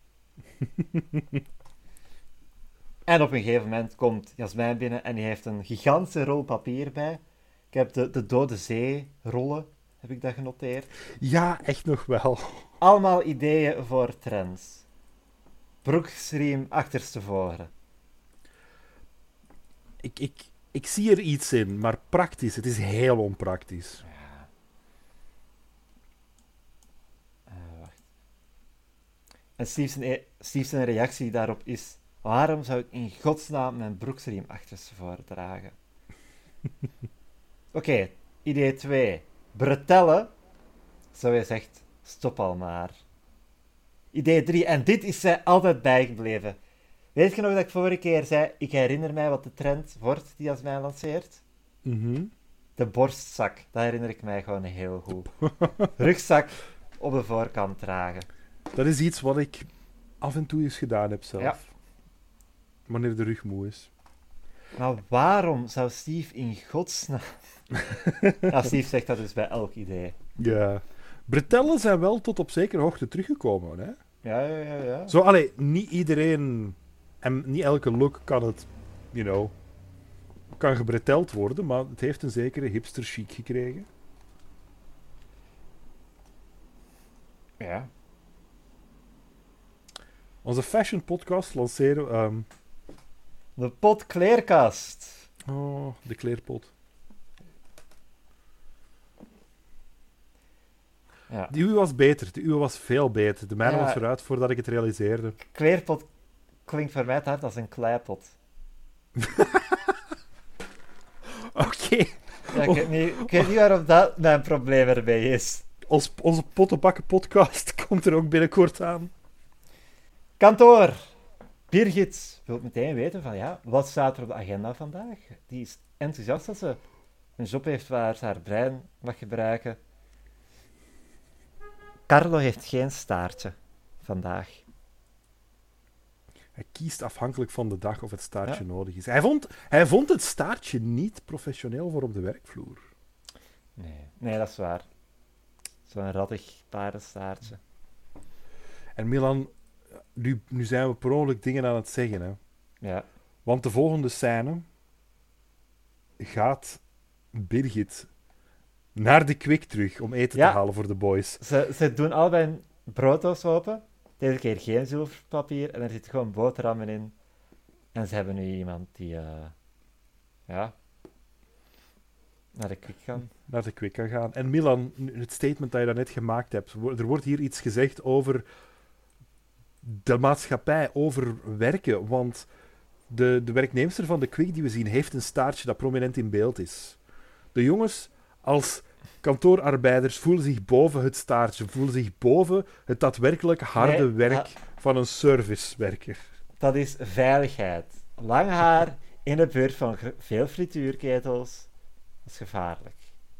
En op een gegeven moment komt Jasmijn binnen en die heeft een gigantische rol papier bij. Ik heb de Dode Zee rollen, heb ik dat genoteerd. Ja, echt nog wel. Allemaal ideeën voor trends. Broeksriem achterstevoren. Ik zie er iets in, maar praktisch, het is heel onpraktisch. Ja. Wacht. En Steve's reactie daarop is: waarom zou ik in godsnaam mijn broeksriem achterstevoren dragen? Oké, idee 2. Bretellen. Zo je zegt, stop al maar. Idee 3. En dit is zij altijd bijgebleven. Weet je nog dat ik vorige keer zei, ik herinner mij wat de trend wordt die als mij lanceert? Mhm. De borstzak. Dat herinner ik mij gewoon heel goed. Rugzak op de voorkant dragen. Dat is iets wat ik af en toe eens gedaan heb zelf. Ja. Wanneer de rug moe is. Maar waarom zou Steve in godsnaam... Ja, Steve zegt dat dus bij elk idee. Ja. Bretellen zijn wel tot op zekere hoogte teruggekomen, hè? Ja. Zo, niet iedereen en niet elke look kan het, kan gebreteld worden, maar het heeft een zekere hipster chic gekregen. Ja. Onze fashion podcast lanceren... De potkleerkast. de kleerpot. Ja. De uwe was beter. De uwe was veel beter. De mijne Ja. was eruit voordat ik het realiseerde. Kleerpot klinkt voor mij het hard als een kleipot. Oké. Ja, ik weet niet waarom dat mijn probleem erbij is. Onze pottenbakken podcast komt er ook binnenkort aan. Kantoor. Birgit wil meteen weten van ja, wat staat er op de agenda vandaag? Die is enthousiast dat ze een job heeft waar ze haar brein mag gebruiken. Carlo heeft geen staartje vandaag. Hij kiest afhankelijk van de dag of het staartje Ja. nodig is. Hij vond het staartje niet professioneel voor op de werkvloer. Nee, dat is waar. Zo'n rattig paardenstaartje. En Milan, nu zijn we per ongeluk dingen aan het zeggen, hè. Ja. Want de volgende scène gaat Birgit naar de Kwik terug om eten Ja. te halen voor de boys. Ze doen allebei een brooddoos open. Deze keer geen zilverpapier en er zit gewoon boterhammen in. En ze hebben nu iemand die, naar de Kwik gaan. Naar de Kwik kan gaan. En Milan, het statement dat je daarnet gemaakt hebt, er wordt hier iets gezegd over de maatschappij, over werken. Want de werknemster van de Kwik die we zien, heeft een staartje dat prominent in beeld is. De jongens als kantoorarbeiders voelen zich boven het staartje, voelen zich boven het daadwerkelijk harde Nee, werk van een servicewerker. Dat is veiligheid. Lang haar in de buurt van veel frituurketels. Dat is gevaarlijk.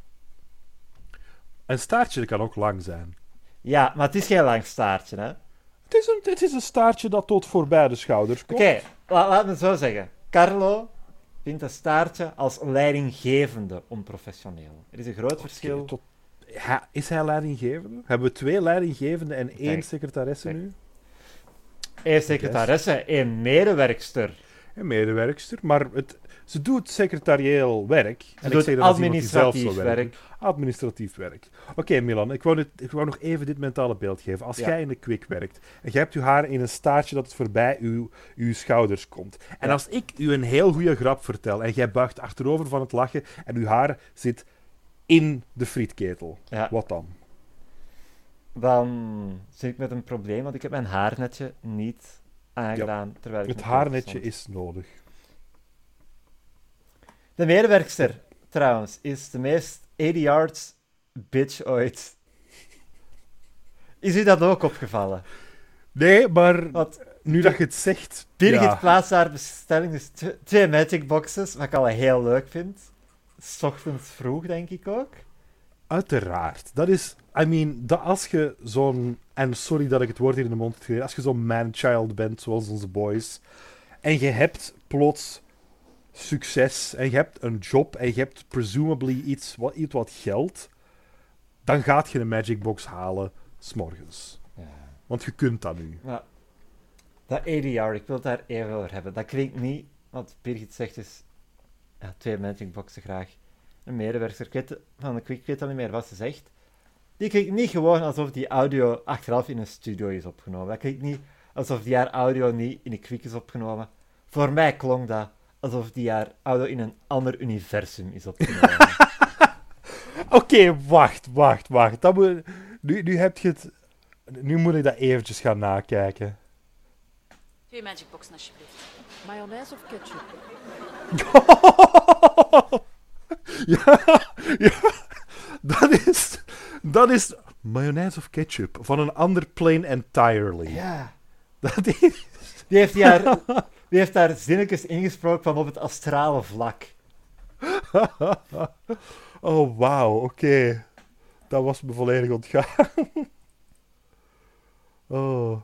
Een staartje kan ook lang zijn. Ja, maar het is geen lang staartje, hè. Het is een staartje dat tot voorbij de schouders komt. Oké, laat me het zo zeggen. Carlo vindt een staartje als leidinggevende onprofessioneel. Er is een groot verschil. Is hij leidinggevende? Hebben we 2 leidinggevenden en 1 Denk- secretaresse nu? 1 secretaresse, 1 medewerkster. Een medewerkster, maar ze doet secretarieel werk. Ze doet zeg dat als iemand die zelf administratief zou werken. werk. Administratief werk. Oké, Milan, ik wou nog even dit mentale beeld geven. Als Ja. jij in de Kwik werkt en jij hebt je haar in een staartje dat het voorbij uw schouders komt. En Ja. als ik u een heel goede grap vertel en jij buigt achterover van het lachen en uw haar zit in de frietketel, Ja. wat dan? Dan zit ik met een probleem, want ik heb mijn haarnetje niet aangedaan terwijl ik Het in de keuken haarnetje stond. is nodig. De medewerkster, trouwens, is de meest 80 yards bitch ooit. Is u dat ook opgevallen? Nee, maar Want nu dat je het zegt... Birgit ja. plaatst haar bestelling, dus 2 magic boxes, wat ik al heel leuk vind. 's Ochtends vroeg, denk ik ook. Uiteraard. Dat is... dat als je zo'n... En sorry dat ik het woord hier in de mond heb gereden. Als je zo'n man-child bent, zoals onze boys, en je hebt plots succes, en je hebt een job, en je hebt presumably iets wat geld, dan gaat je een magic box halen, 's morgens. Ja. Want je kunt dat nu. Maar dat 80 yard, ik wil het daar even over hebben. Dat klinkt niet, wat Birgit zegt dus, 2 magic boxen graag. Een medewerker van de Kwik, ik weet al niet meer wat ze zegt. Die klinkt niet gewoon alsof die audio achteraf in een studio is opgenomen. Dat klinkt niet alsof die haar audio niet in de Kwik is opgenomen. Voor mij klonk dat alsof die haar auto in een ander universum is opgenomen. Oké, wacht. Dat moet... Nu heb je het... Nu moet ik dat eventjes gaan nakijken. 2 Magic Boxen, alsjeblieft. Mayonaise of ketchup? Ja. Dat is mayonaise of ketchup van een ander plane entirely. Ja. Dat is... Die heeft daar zinnetjes ingesproken van op het astrale vlak. Oh, wauw, oké. Dat was me volledig ontgaan. Oh.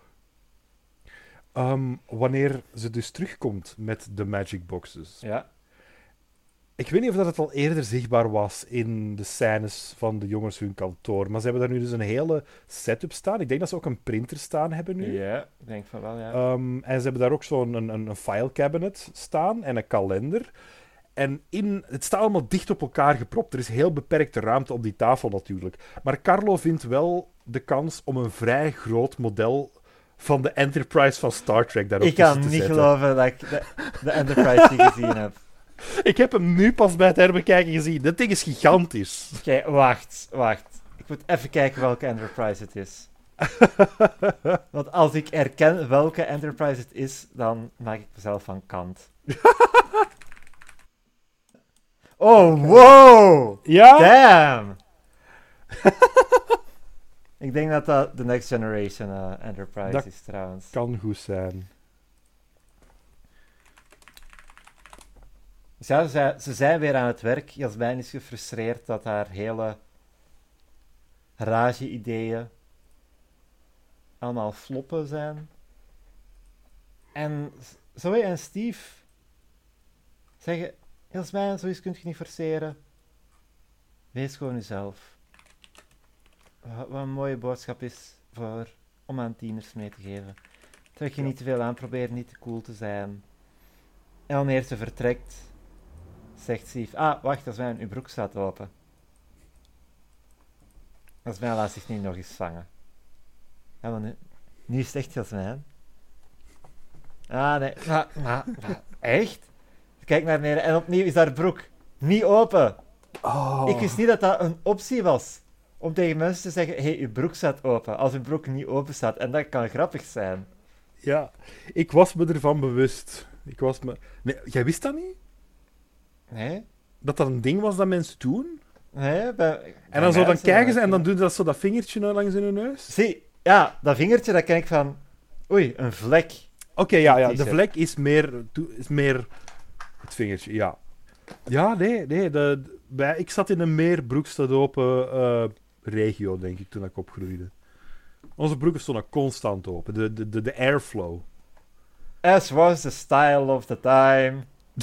Wanneer ze dus terugkomt met de Magic Boxes. Ja. Ik weet niet of dat het al eerder zichtbaar was in de scènes van de jongens hun kantoor. Maar ze hebben daar nu dus een hele setup staan. Ik denk dat ze ook een printer staan hebben nu. Ja, ik denk van wel, ja. En ze hebben daar ook zo'n een file cabinet staan en een kalender. En het staat allemaal dicht op elkaar gepropt. Er is heel beperkte ruimte op die tafel natuurlijk. Maar Carlo vindt wel de kans om een vrij groot model van de Enterprise van Star Trek daarop Ik kan te niet zetten. geloven dat ik de Enterprise niet gezien heb. Ik heb hem nu pas bij het herbekijken gezien. Dat ding is gigantisch. Oké, wacht. Ik moet even kijken welke Enterprise het is. Want als ik herken welke Enterprise het is, dan maak ik mezelf van kant. Oh, wow! Ja? Damn! Ik denk dat dat de Next Generation Enterprise Dat is, trouwens. Kan goed zijn. Dus ja, ze zijn weer aan het werk. Jasmijn is gefrustreerd dat haar hele rage-ideeën allemaal floppen zijn. En Zoe en Steve zeggen: Jasmijn, zoiets kun je niet forceren. Wees gewoon jezelf. Wat een mooie boodschap is om aan tieners mee te geven. Trek je niet te veel aan, probeer niet te cool te zijn. En wanneer ze vertrekt, zegt Steve: wacht, Jasmijn, uw broek staat open. Jasmijn laat zich niet nog eens vangen. Ja, maar nu is het echt Jasmijn. Nee. Maar, echt? Kijk naar beneden en opnieuw is haar broek niet open. Oh. Ik wist niet dat dat een optie was. Om tegen mensen te zeggen: hey, uw broek staat open. Als uw broek niet open staat. En dat kan grappig zijn. Ja, ik was me ervan bewust. Nee, jij wist dat niet? Nee? Dat dat een ding was dat mensen doen? Nee? En dan zo dan kijken ze en dan doen ze dat zo dat vingertje langs in hun neus? Zie, ja, dat vingertje, dat ken ik van... Oei, een vlek. Oké, ja, de T-shirt. vlek is meer het vingertje, ja. Ja, nee. Ik zat in een meer broek staat open regio, denk ik, toen ik opgroeide. Onze broeken stonden constant open. De airflow. As was the style of the time.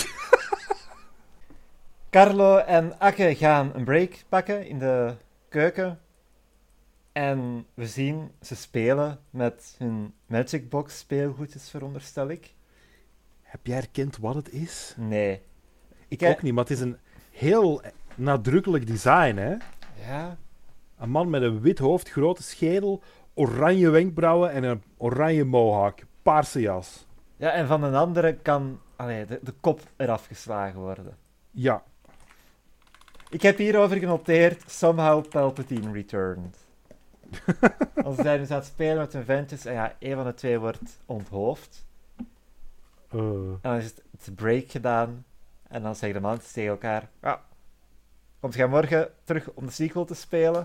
Carlo en Akke gaan een break pakken in de keuken. En we zien ze spelen met hun Magic Box speelgoedjes, veronderstel ik. Heb jij herkend wat het is? Nee. Ik ook niet, maar het is een heel nadrukkelijk design, hè? Ja. Een man met een wit hoofd, grote schedel, oranje wenkbrauwen en een oranje mohawk. Paarse jas. Ja, en van een andere kan de kop eraf geslagen worden. Ja. Ik heb hierover genoteerd: Somehow Palpatine returned. Als ze zijn dus aan het spelen met hun ventjes en ja, een van de twee wordt onthoofd. En dan is het break gedaan. En dan zeggen de mannen tegen elkaar: ja, komt jij morgen terug om de sequel te spelen?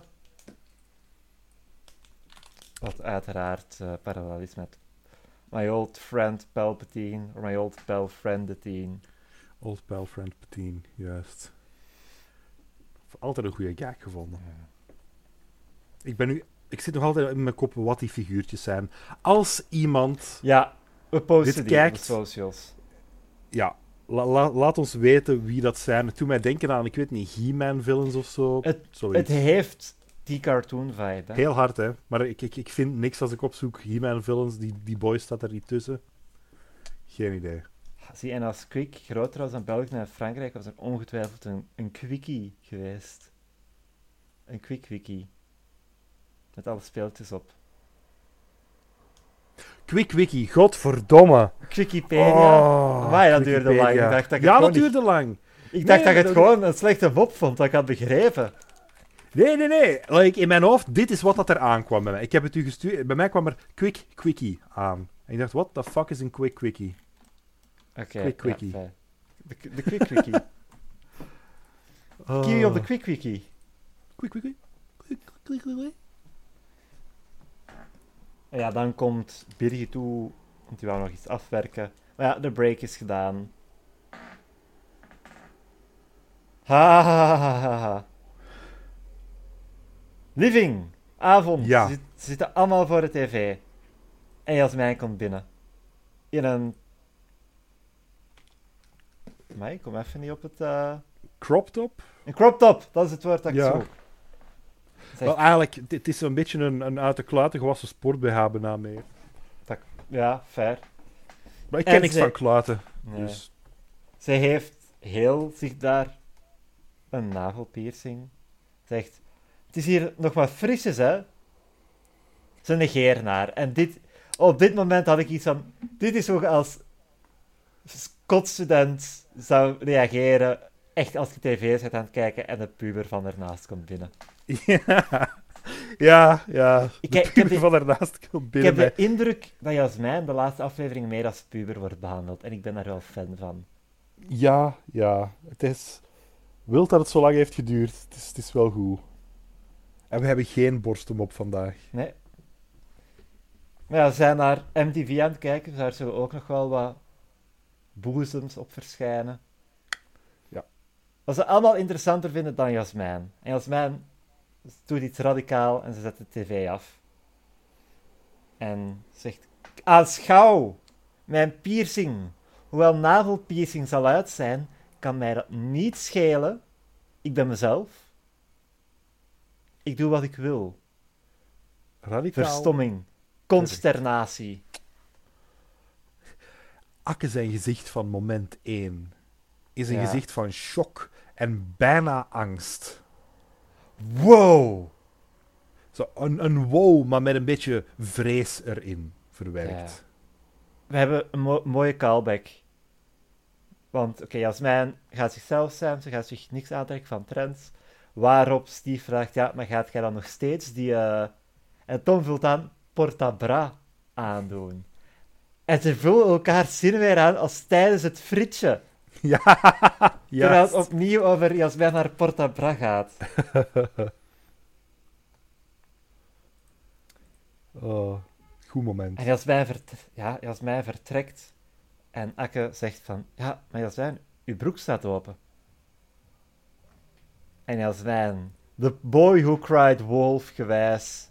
Wat uiteraard parallel is met My Old Friend Palpatine, of My Old Pal Friendatine. Old Pal Friend Patine, juist. Altijd een goede gag gevonden. Ja. Ik zit nog altijd in mijn kop wat die figuurtjes zijn. Als iemand... Ja, we posten Dit die kijkt- op de socials. Ja, laat ons weten wie dat zijn. Het doet mij denken aan, ik weet niet, He-Man villains of zo. Het heeft die cartoon vibe. Hè? Heel hard, hè. Maar ik vind niks als ik opzoek. He-Man villains, die boy staat er niet tussen. Geen idee. Zie, en als Quick groter was dan België en Frankrijk, was er ongetwijfeld een Quickie geweest. Een Quick-Wiki. Met alle speeltjes op. Quick-wiki, godverdomme. Wikipedia. Oh, Maar dat duurde lang. Wikipedia. Ik dacht dat ik Ja, het dat gewoon duurde lang. Ik dacht Nee, dat je het gewoon een slechte mop vond, dat ik had begrepen. Nee. Like, in mijn hoofd, dit is wat dat er aankwam bij mij. Ik heb het u gestuurd. Bij mij kwam er Quick-quickie aan. En ik dacht, what the fuck is een Quick-quickie? Oké. Quick Quickie. Ja, fijn. de Quick Wiki. Kiwi op de Quick Wiki. Quick-quickie. En ja, dan komt Birgit toe, want die wou nog iets afwerken. Maar ja, de break is gedaan. Ha, ha, ha, ha, ha. Living, avond. Ja. Ze zitten allemaal voor de tv. En Jasmijn komt binnen. In een... Maar ik kom even niet op het... Crop top? Een crop top, dat is het woord dat ik Ja. zoek. Zeg, Wel, eigenlijk, het is een beetje een uit de kluiten gewassen sport-BH bijna meer. ja, fair. Maar ik En ken niks ze- van kluiten. Nee. Dus Ze heeft heel zichtbaar een navelpiercing. Zegt, het is hier nog maar frisjes, hè? Ze negeren haar. En op dit moment had ik iets van... Dit is hoe als Scott-student zou reageren, echt als je tv zit aan het kijken en de puber van ernaast komt binnen. ja. Ik heb van daarnaast komt Ik binnen heb de mij. indruk dat Jasmijn de laatste aflevering meer als puber wordt behandeld. En ik ben daar wel fan van. Ja. Het is... Wild dat het zo lang heeft geduurd. Het is wel goed. En we hebben geen borstum op vandaag. Nee. Maar ja, ze zijn naar MTV aan het kijken, dus daar zullen ook nog wel wat boezems op verschijnen. Ja. Wat ze allemaal interessanter vinden dan Jasmijn. En Jasmijn doet iets radicaal en ze zet de tv af. En zegt, aanschouw, mijn piercing. Hoewel navelpiercing zal uit zijn, kan mij dat niet schelen. Ik ben mezelf. Ik doe wat ik wil. Radicaal. Verstomming. Consternatie. Akke zijn gezicht van moment 1 is een Ja. gezicht van shock en bijna angst. Wow! Zo een wow, maar met een beetje vrees erin verwerkt. We hebben een mooie callback. Want, oké, Jasmijn gaat zichzelf zijn, ze gaat zich niks aantrekken van trends. Waarop Steve vraagt, ja, maar gaat jij dan nog steeds die... En Tom vult aan, portabra aandoen. En ze vullen elkaar zin weer aan als tijdens het frietje. Ja, Terwijl het ja. opnieuw over Jasmijn naar portabra gaat. Oh, goed moment. En Jasmijn vertrekt. En Akke zegt van... Ja, maar Jasmijn, uw broek staat open. En Jasmijn, the boy who cried wolf gewijs,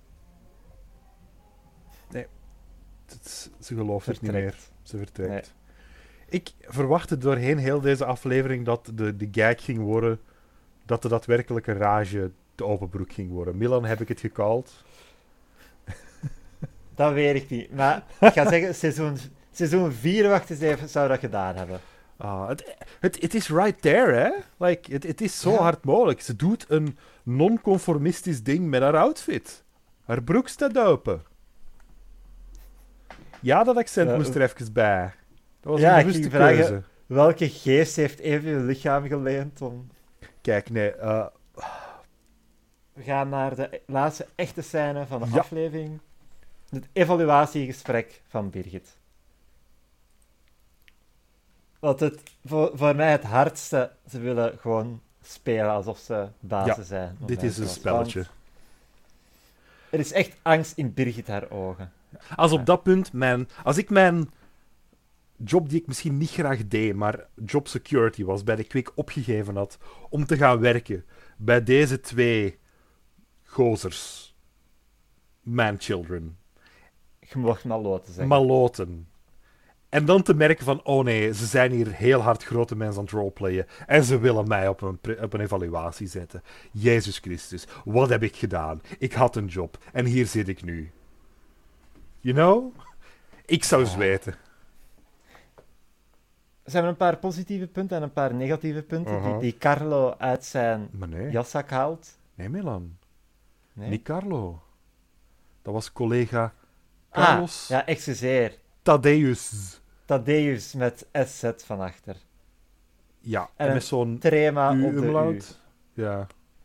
Ze gelooft het niet meer. vertrekt. Ze vertrekt. Nee. Ik verwachtte doorheen heel deze aflevering dat de gag ging worden dat de daadwerkelijke rage de openbroek ging worden. Milan, heb ik het gecalled? Dat weet ik niet. Maar ik ga zeggen, seizoen 4, wacht eens even, zou dat gedaan hebben. Het is right there, hè? Like, het is zo Ja. hard mogelijk. Ze doet een non-conformistisch ding met haar outfit. Haar broek staat open. Ja, dat accent Ja, moest er even bij. Dat was Ja, een ik bewuste ging vragen- keuze. Welke geest heeft even je lichaam geleend om... Kijk, nee. We gaan naar de laatste echte scène van de Ja. aflevering. Het evaluatiegesprek van Birgit. Wat het voor mij het hardste, ze willen gewoon spelen alsof ze bazen Ja, zijn. op dit mijn is een klas. spelletje. Want er is echt angst in Birgit haar ogen. Als op dat punt als ik mijn job die ik misschien niet graag deed, maar job security was, bij de Quick opgegeven had om te gaan werken bij deze twee gozers, man-children, Je mocht maloten zeggen. maloten. En dan te merken van, oh nee, ze zijn hier heel hard grote mensen aan het roleplayen en ze willen mij op een evaluatie zetten. Jezus Christus, wat heb ik gedaan? Ik had een job en hier zit ik nu. You know? Ik zou zweten. Er zijn een paar positieve punten en een paar negatieve punten Uh-huh. die Carlo uit zijn Maar nee, jaszak haalt. nee Milan. Nee? Niet Carlo. Dat was collega Carlos Ja, excuseer. Thaddeus. Met SZ van achter. Ja, En en met zo'n Trema op de U. U-umlaut. Ja.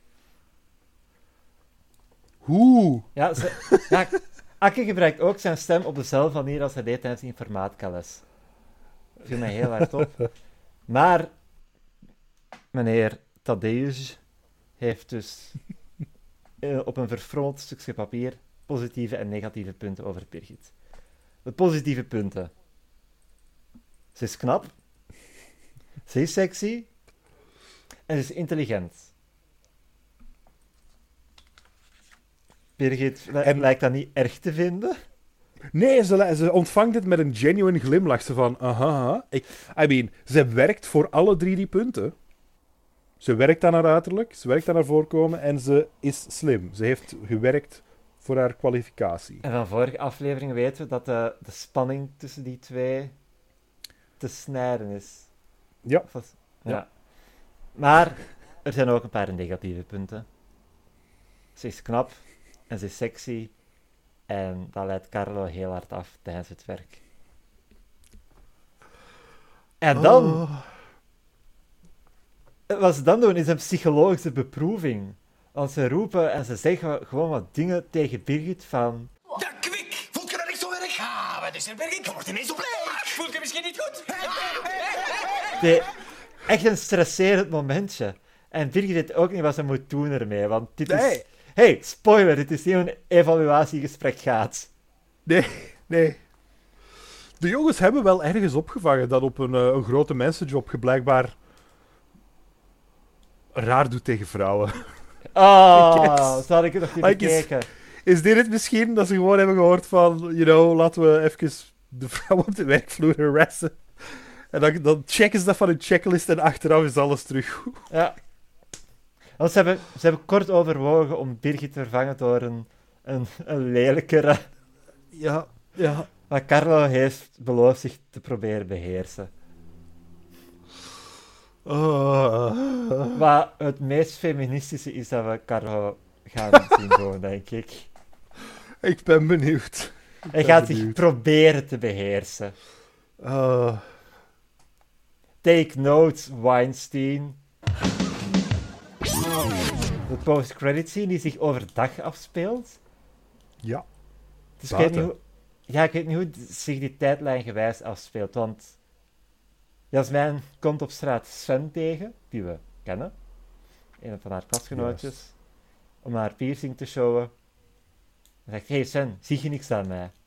Hoe? Ja, ja, Akke gebruikt ook zijn stem op dezelfde manier als hij deed tijdens de informatica-les. Viel mij heel hard op. Maar meneer Thaddeus heeft dus op een verfrommeld stukje papier positieve en negatieve punten over Birgit. De positieve punten. Ze is knap. Ze is sexy. En ze is intelligent. Birgit lijkt dat niet erg te vinden. Nee, ze ontvangt het met een genuine glimlach. Ze van, ze werkt voor alle 3 die punten. Ze werkt aan haar uiterlijk, ze werkt aan haar voorkomen en ze is slim. Ze heeft gewerkt voor haar kwalificatie. En van vorige afleveringen weten we dat de spanning tussen die twee te snijden is. Ja. Ja. Maar er zijn ook een paar negatieve punten. Ze is knap en ze is sexy. En dat leidt Carlo heel hard af tijdens het werk. En dan... Wat ze dan doen is een psychologische beproeving. Want ze roepen en ze zeggen gewoon wat dingen tegen Birgit van... Ja, kwik! Voelt je dat niet zo erg? Ah, wat is er, Birgit? Je wordt ineens zo blij. Voelt je misschien niet goed? Echt een stresserend momentje. En Birgit weet ook niet wat ze moet doen ermee. Want dit is... Nee. Hey, spoiler, dit is niet hoe een evaluatiegesprek gaat. Nee. De jongens hebben wel ergens opgevangen dat op een grote mensenjob je blijkbaar raar doet tegen vrouwen. Oh, zo had ik het nog niet bekeken. Is dit het misschien, dat ze gewoon hebben gehoord van, laten we even de vrouw op de werkvloer harassen. En dan checken ze dat van hun checklist en achteraf is alles terug goed. Ja. Want ze hebben kort overwogen om Birgit te vervangen door een lelijkere. Ja. Maar Carlo heeft beloofd zich te proberen beheersen. Maar het meest feministische is dat we Carlo gaan zien gewoon, denk ik. Ik ben benieuwd. Hij gaat zich proberen te beheersen. Take notes, Weinstein. De post-credit scene die zich overdag afspeelt. Ja. Dus ik weet niet hoe zich die tijdlijn gewijs afspeelt, want Jasmijn komt op straat Sven tegen, die we kennen, een van haar klasgenootjes, om haar piercing te showen. Hij zegt, hey Sven, zie je niks aan mij?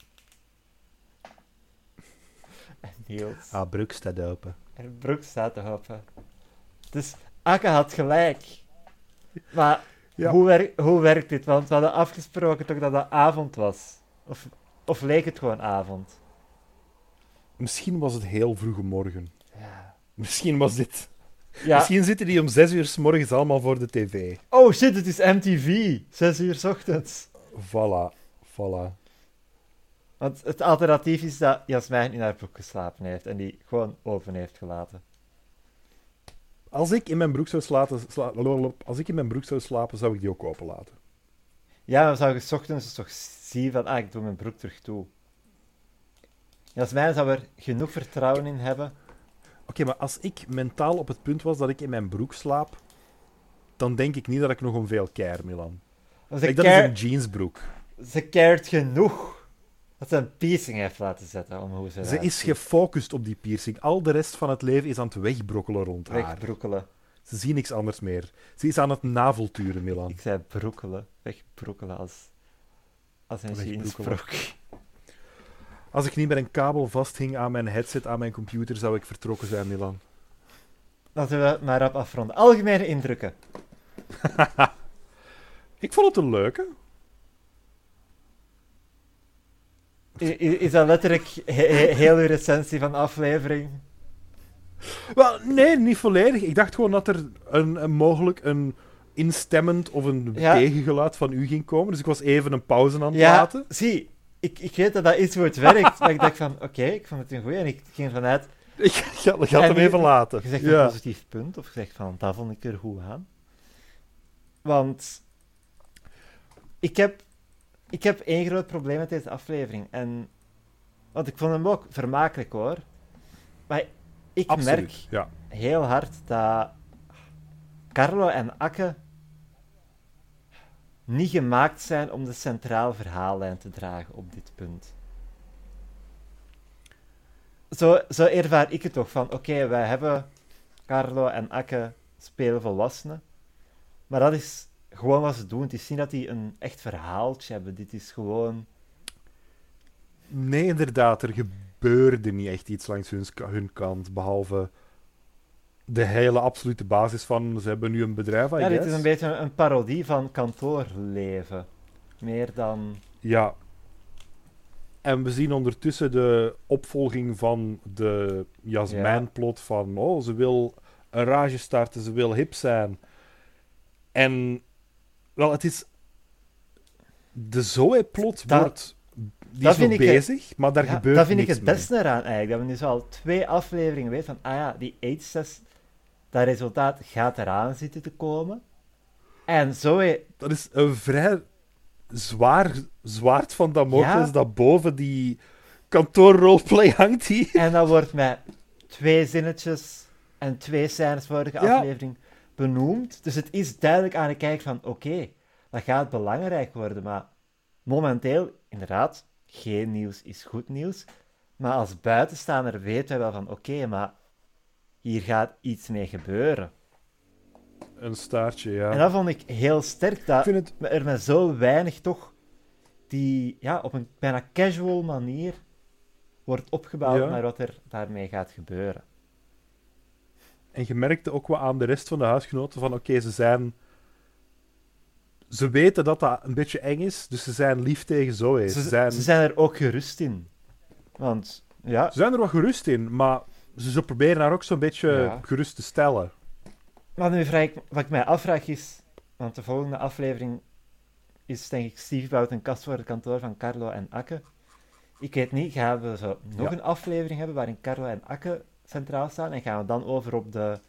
En Niels... broek staat open. En broek staat open. Dus Akke had gelijk. Maar hoe werkt dit? Want we hadden afgesproken toch dat het avond was. Of leek het gewoon avond? Misschien was het heel vroege morgen. Ja. Misschien was dit... Ja. Misschien zitten die om 6 uur 's morgens allemaal voor de tv. Oh shit, het is MTV. 6 uur 's ochtends. Voilà. Want het alternatief is dat Jasmijn in haar broek geslapen heeft en die gewoon open heeft gelaten. Als ik in mijn broek zou slapen, zou ik die ook open laten. Ja, dan zou je 's ochtends toch zien van, ik doe mijn broek terug toe. Jasmijn zou er genoeg vertrouwen in hebben. Oké, maar als ik mentaal op het punt was dat ik in mijn broek slaap, dan denk ik niet dat ik nog om veel care, Milan. Dat is een jeansbroek. Ze cared genoeg dat ze een piercing heeft laten zetten. Om hoe ze is gefocust op die piercing. Al de rest van het leven is aan het wegbrokkelen rond haar. Wegbrokkelen. Ze zien niks anders meer. Ze is aan het navelturen, Milan. Ik zei brokkelen. Wegbrokkelen als een jeansbroek. Als ik niet met een kabel vasthing aan mijn headset, aan mijn computer, zou ik vertrokken zijn, Milan. Laten we maar rap afronden. Algemene indrukken. Ik vond het een leuke. Is dat letterlijk heel uw recensie van de aflevering? Wel, nee, niet volledig. Ik dacht gewoon dat er mogelijk een instemmend of een tegengeluid van u ging komen. Dus ik was even een pauze aan het laten. Zie, ik weet dat is hoe het werkt. Maar ik dacht van, oké, ik vond het een goeie. En ik ging vanuit... Ik ga hem even laten. Je zegt een positief punt. Of je zegt van, dat vond ik er goed aan. Want... Ik heb ik heb één groot probleem met deze aflevering. Want ik vond hem ook vermakelijk, hoor. Maar ik merk Absoluut, ja. heel hard dat Carlo en Akke niet gemaakt zijn om de centraal verhaallijn te dragen op dit punt. Zo ervaar ik het toch van, oké, wij hebben Carlo en Akke spelen volwassenen, maar dat is gewoon wat ze doen. Het is niet dat die een echt verhaaltje hebben. Dit is gewoon... Nee, inderdaad, er gebeurde niet echt iets langs hun kant, behalve de hele absolute basis van ze hebben nu een bedrijf, I Ja, dit guess. is een beetje een parodie van kantoorleven. Meer dan... Ja. En we zien ondertussen de opvolging van de Jasmijn-plot van ze wil een rage starten, ze wil hip zijn. En wel, het is... De Zoe-plot wordt... Die dat is nog vind ik bezig, maar daar gebeurt dat vind ik niks het beste eraan eigenlijk. Dat we nu zo al 2 afleveringen weten van, die AIDS-test, dat resultaat gaat eraan zitten te komen. En Zoe... Dat is een vrij zwaar zwaard van Damocles dat boven die kantoorroleplay hangt hier. En dat wordt met 2 zinnetjes en 2 scènes vorige aflevering benoemd. Dus het is duidelijk aan de kijker van, oké, dat gaat belangrijk worden, maar momenteel, inderdaad, geen nieuws is goed nieuws. Maar als buitenstaander weten wij wel van, oké, maar hier gaat iets mee gebeuren. Een staartje, ja. En dat vond ik heel sterk, dat er met zo weinig toch op een bijna casual manier wordt opgebouwd naar wat er daarmee gaat gebeuren. En je merkte ook wel aan de rest van de huisgenoten van, oké, ze weten dat dat een beetje eng is, dus ze zijn lief tegen Zoe. Ze zijn er ook gerust in. Want, Ze zijn er wat gerust in, maar ze proberen haar ook zo'n beetje gerust te stellen. Maar nu wat ik mij afvraag is... Want de volgende aflevering is, denk ik, Steve bouwt een kast voor het kantoor van Carlo en Akke. Ik weet niet, gaan we zo nog een aflevering hebben waarin Carlo en Akke centraal staan? En gaan we dan over op de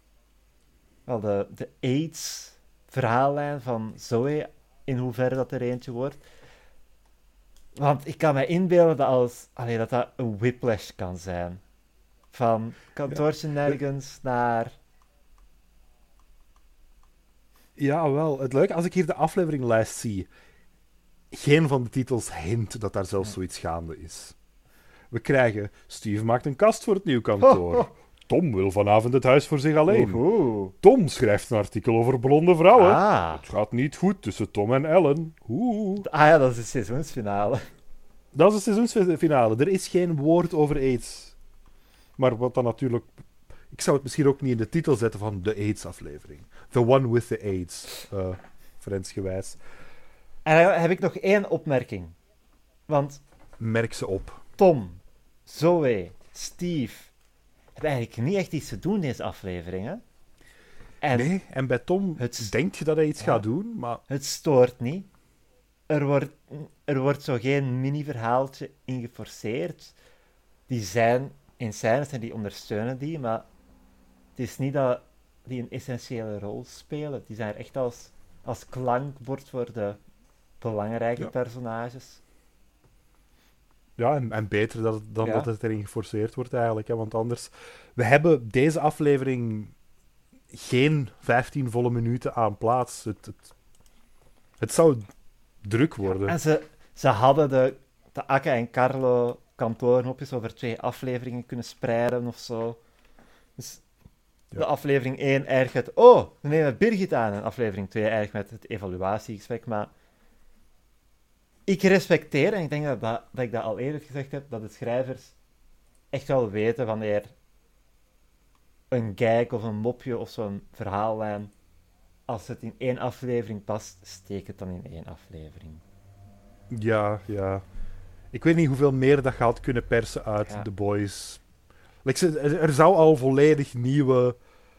AIDS-verhaallijn van Zoe, in hoeverre dat er eentje wordt? Want ik kan me inbeelden dat dat een whiplash kan zijn. Van kantoortje nergens naar... Ja, wel. Het leuke, als ik hier de afleveringlijst zie, geen van de titels hint dat daar zelfs zoiets gaande is. We krijgen Steve maakt een kast voor het nieuw kantoor. Tom wil vanavond het huis voor zich alleen. Tom schrijft een artikel over blonde vrouwen. Het gaat niet goed tussen Tom en Ellen. Dat is de seizoensfinale. Dat is de seizoensfinale. Er is geen woord over AIDS. Maar wat dan natuurlijk... Ik zou het misschien ook niet in de titel zetten van de AIDS-aflevering. The one with the AIDS. Friendsgewijs. En dan heb ik nog 1 opmerking. Want... Merk ze op. Tom, Zoe, Steve... hebben eigenlijk niet echt iets te doen in deze aflevering, hè? Nee, en bij Tom denk je dat hij iets gaat doen, maar... Het stoort niet. Er wordt zo geen mini-verhaaltje in geforceerd. Die zijn in scènes en die ondersteunen die, maar het is niet dat die een essentiële rol spelen. Die zijn er echt als klankbord voor de belangrijke personages. Ja, en beter dan dat het erin geforceerd wordt eigenlijk. Hè? Want anders... We hebben deze aflevering geen 15 volle minuten aan plaats. Het zou druk worden. En ze hadden de Akke en Carlo kantoornopjes over 2 afleveringen kunnen spreiden of zo. Dus de aflevering 1 erg met... we nemen Birgit aan. En aflevering 2 erg met het evaluatiegesprek. Maar ik respecteer, en ik denk dat ik dat al eerder gezegd heb, dat de schrijvers echt wel weten wanneer een gag of een mopje of zo'n verhaallijn, als het in 1 aflevering past, steek het dan in 1 aflevering. Ja. Ik weet niet hoeveel meer dat je had kunnen persen uit The Boys. Er zou al volledig nieuwe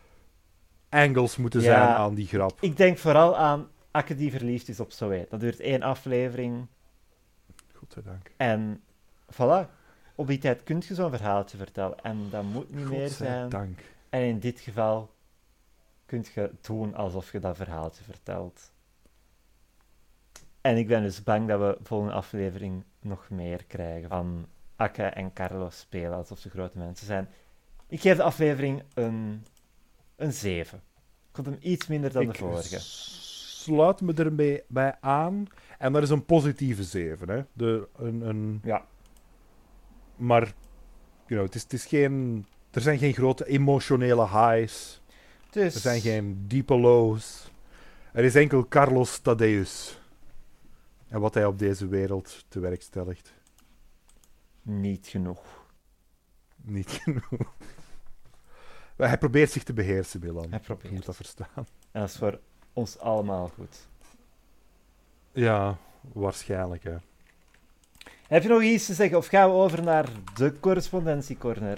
angles moeten zijn aan die grap. Ik denk vooral aan Akke die verliefd is op Zoe. Dat duurt 1 aflevering. Godzijdank. En voilà. Op die tijd kun je zo'n verhaaltje vertellen. En dat moet niet meer zijn. Godzijdank. En in dit geval kun je doen alsof je dat verhaaltje vertelt. En ik ben dus bang dat we volgende aflevering nog meer krijgen van Akke en Carlos spelen alsof ze grote mensen zijn. Ik geef de aflevering een 7. Ik vond hem iets minder dan de vorige. Sluit me ermee bij aan. En dat is een positieve 7. Hè? Ja. Maar het is geen... Er zijn geen grote emotionele highs. Dus... Er zijn geen diepe lows. Er is enkel Carlos Thaddeus. En wat hij op deze wereld tewerkstelligt. Niet genoeg. Niet genoeg. Maar hij probeert zich te beheersen, Milan. Hij probeert. Je moet dat verstaan. En dat is voor ons allemaal goed. Ja, waarschijnlijk, hè. Heb je nog iets te zeggen? Of gaan we over naar de correspondentiecorner?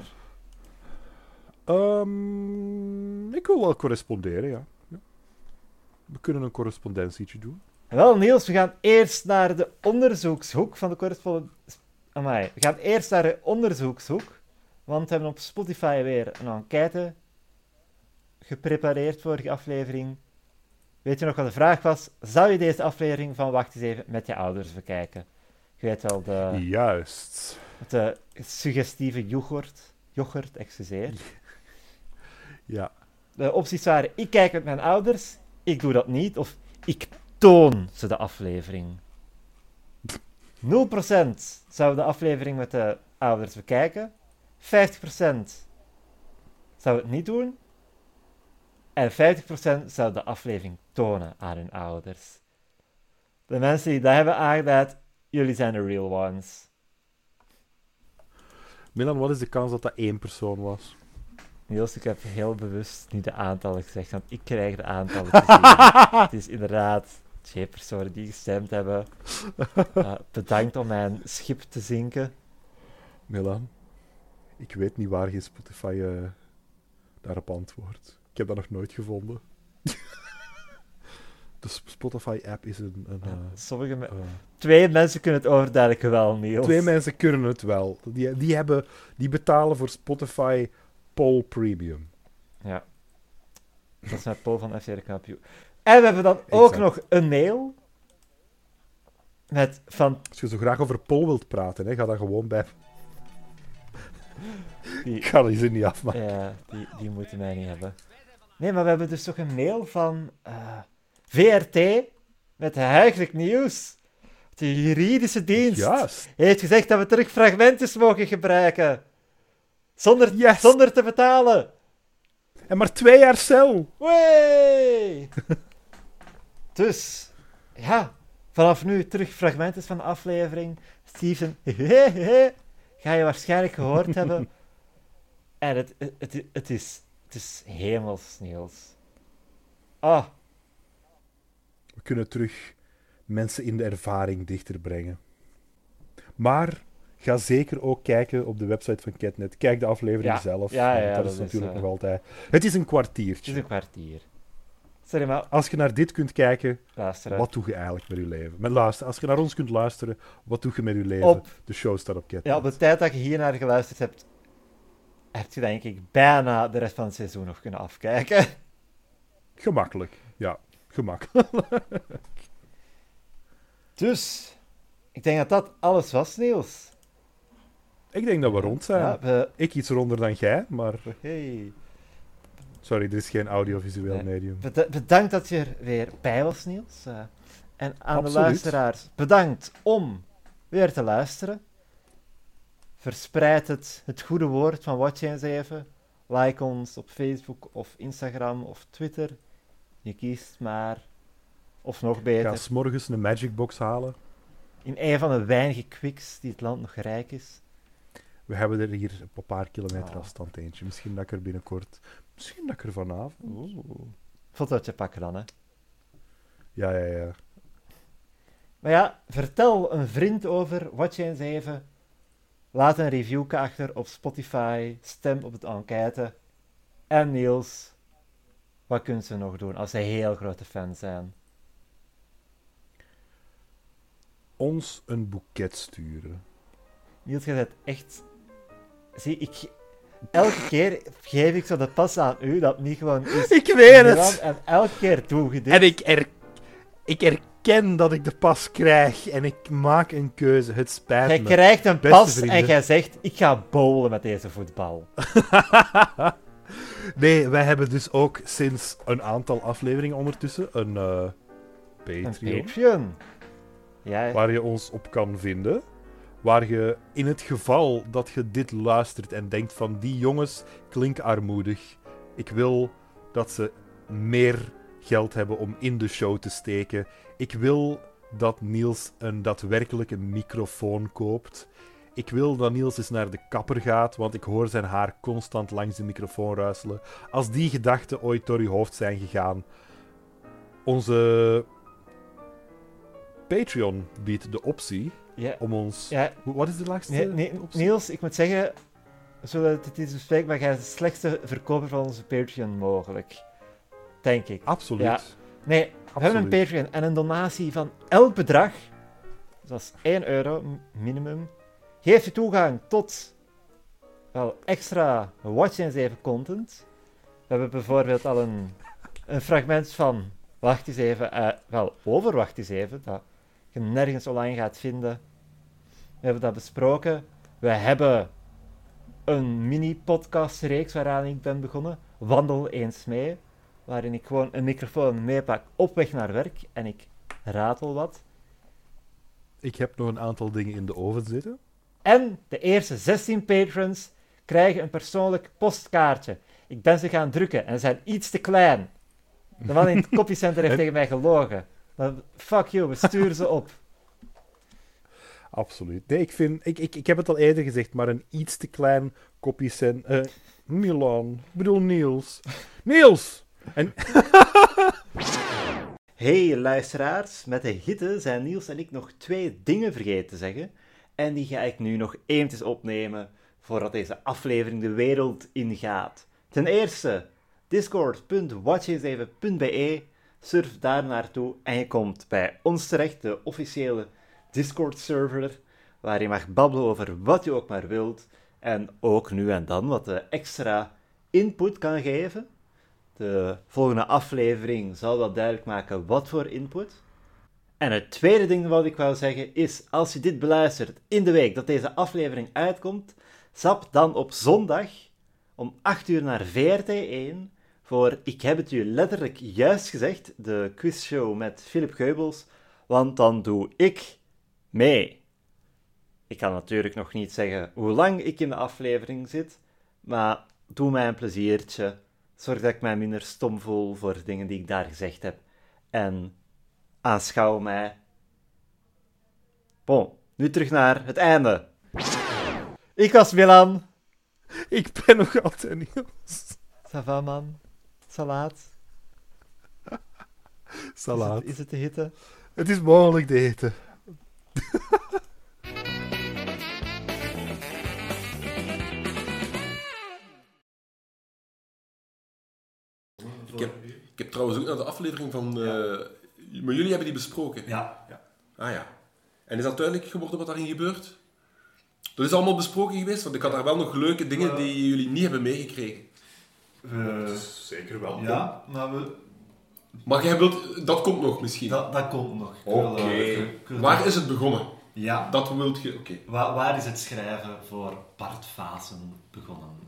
Ik wil wel corresponderen, ja. We kunnen een correspondentietje doen. Wel, Niels, we gaan eerst naar de onderzoekshoek van de correspondent... Amai, we gaan eerst naar de onderzoekshoek. Want we hebben op Spotify weer een enquête geprepareerd vorige aflevering. Weet je nog wat de vraag was? Zou je deze aflevering van Wacht eens even met je ouders bekijken? Je weet wel, Juist. de suggestieve yoghurt, excuseer. Ja. De opties waren, ik kijk met mijn ouders, ik doe dat niet, of ik toon ze de aflevering. 0% zou de aflevering met de ouders bekijken, 50% zou het niet doen, en 50% zou de aflevering tonen aan hun ouders. De mensen die dat hebben aangeduid, jullie zijn de real ones. Milan, wat is de kans dat dat 1 persoon was? Niels, ik heb heel bewust niet de aantallen gezegd, want ik krijg de aantallen te zien. Het is inderdaad 2 personen die gestemd hebben. Bedankt om mijn schip te zinken. Milan, ik weet niet waar je Spotify daarop antwoordt. Ik heb dat nog nooit gevonden. De Spotify-app is Sommige 2 mensen kunnen het overduidelijk wel, Niels. 2 mensen kunnen het wel. Die betalen voor Spotify Poll Premium. Ja. Dat is mijn poll van FC de Kampioen. En we hebben dan ook nog een mail. Met van... Als je zo graag over Poll wilt praten, hè, ga dan gewoon bij... Die... Ik ga die zin niet afmaken. Ja, die moeten mij niet hebben. Nee, maar we hebben dus toch een mail van VRT met huigelijk nieuws. De juridische dienst heeft gezegd dat we terug fragmenten mogen gebruiken. Zonder te betalen. En maar 2 jaar cel. Wee! Dus, ja, vanaf nu terug fragmenten van de aflevering. Steven, ga je waarschijnlijk gehoord hebben. En het is hemels, Niels. Ah. We kunnen terug mensen in de ervaring dichter brengen. Maar ga zeker ook kijken op de website van Catnet. Kijk de aflevering zelf. Ja, dat is natuurlijk nog altijd... Het is een kwartiertje. Het is een kwartier. Sorry, maar... Als je naar dit kunt kijken, luisteren. Wat doe je eigenlijk met je leven? Als je naar ons kunt luisteren, wat doe je met je leven? De show staat op Catnet. Ja, op de tijd dat je hier naar geluisterd hebt, heb je denk ik bijna de rest van het seizoen nog kunnen afkijken. Gemakkelijk. Ja, gemakkelijk. Dus, ik denk dat dat alles was, Niels. Ik denk dat we rond zijn. Ja, Ik iets ronder dan jij, maar... Hey. Sorry, dit is geen audiovisueel medium. Bedankt dat je er weer bij was, Niels. En aan de Absoluut. luisteraars, bedankt om weer te luisteren. Verspreid het goede woord van Watch eens even. Like ons op Facebook of Instagram of Twitter. Je kiest maar. Of nog beter. Ga 's morgens een Magic Box halen. In een van de weinige quicks die het land nog rijk is. We hebben er hier op een paar kilometer afstand eentje. Misschien dat ik er binnenkort... Misschien dat ik er vanavond... Fotootje pakken dan, hè. Ja. Maar ja, vertel een vriend over Watch eens even. Laat een review achter op Spotify. Stem op het enquête. En Niels, wat kunnen ze nog doen als ze heel grote fan zijn? Ons een boeket sturen. Niels, je bent echt... Zie, elke keer geef ik zo de pas aan u, dat niet gewoon is... Ik weet het! En elke keer doe je dit. En ik erken dat ik de pas krijg en ik maak een keuze. Het spijt Jij me. krijgt een Beste pas vrienden. en jij zegt, ik ga bowlen met deze voetbal. Nee, wij hebben dus ook sinds een aantal afleveringen ondertussen een Een Patreon. Patreon. Ja, Waar je ons op kan vinden. Waar je in het geval dat je dit luistert en denkt van die jongens klinken armoedig. Ik wil dat ze meer geld hebben om in de show te steken. Ik wil dat Niels een daadwerkelijke microfoon koopt. Ik wil dat Niels eens naar de kapper gaat, want ik hoor zijn haar constant langs de microfoon ruiselen. Als die gedachten ooit door uw hoofd zijn gegaan. Onze Patreon biedt de optie ja, om ons... ja. Wat is de laagste Nee, optie? Niels, ik moet zeggen, zodat het is bespreekt, maar jij is de slechtste verkoper van onze Patreon mogelijk. Denk ik. Absoluut. Ja. Nee, we hebben een Absoluut. Patreon en een donatie van elk bedrag, dat is €1 minimum, geeft je toegang tot extra Watch en 7 content. We hebben bijvoorbeeld al een fragment van Wacht eens even, over Wacht eens even, dat je nergens online gaat vinden. We hebben dat besproken. We hebben een mini-podcastreeks waaraan ik ben begonnen. Wandel eens mee. Waarin ik gewoon een microfoon meepak op weg naar werk en ik ratel wat. Ik heb nog een aantal dingen in de oven zitten. En de eerste 16 patrons krijgen een persoonlijk postkaartje. Ik ben ze gaan drukken en ze zijn iets te klein. De man in het copycenter heeft tegen mij gelogen. Maar fuck you, we sturen ze op. Absoluut. Nee, ik heb het al eerder gezegd, maar een iets te klein Milan. Ik bedoel Niels. Niels! En Hey luisteraars, met de hitte zijn Niels en ik nog 2 dingen vergeten te zeggen. En die ga ik nu nog eventjes opnemen voordat deze aflevering de wereld ingaat. Ten eerste, discord.watcheseven.be. Surf daar naartoe en je komt bij ons terecht, de officiële Discord-server, waar je mag babbelen over wat je ook maar wilt. En ook nu en dan wat extra input kan geven. De volgende aflevering zal wel duidelijk maken wat voor input. En het tweede ding wat ik wou zeggen is, als je dit beluistert in de week dat deze aflevering uitkomt, zap dan op zondag om 8 uur naar VRT1 voor, ik heb het u letterlijk juist gezegd, de quizshow met Philip Geubels, want dan doe ik mee. Ik kan natuurlijk nog niet zeggen hoe lang ik in de aflevering zit, maar doe mij een pleziertje. Zorg dat ik mij minder stom voel voor dingen die ik daar gezegd heb. En aanschouw mij. Bon, nu terug naar het einde. Ik was Milan. ik ben nog altijd Niels. Ça va, man? Salaat? Salaat. Is het de hitte? Het is mogelijk te eten. Ik heb trouwens ook naar de aflevering van... Maar jullie hebben die besproken. Ja. Ah ja. En is dat duidelijk geworden wat daarin gebeurt? Dat is allemaal besproken geweest, want ik had daar wel nog leuke dingen die jullie niet hebben meegekregen. Zeker wel. Ja, maar Maar jij wilt... Dat komt nog misschien. dat komt nog. Oké. Waar is het begonnen? Ja, Dat wilt je... Oké. waar is het schrijven voor Bart Vaassen begonnen?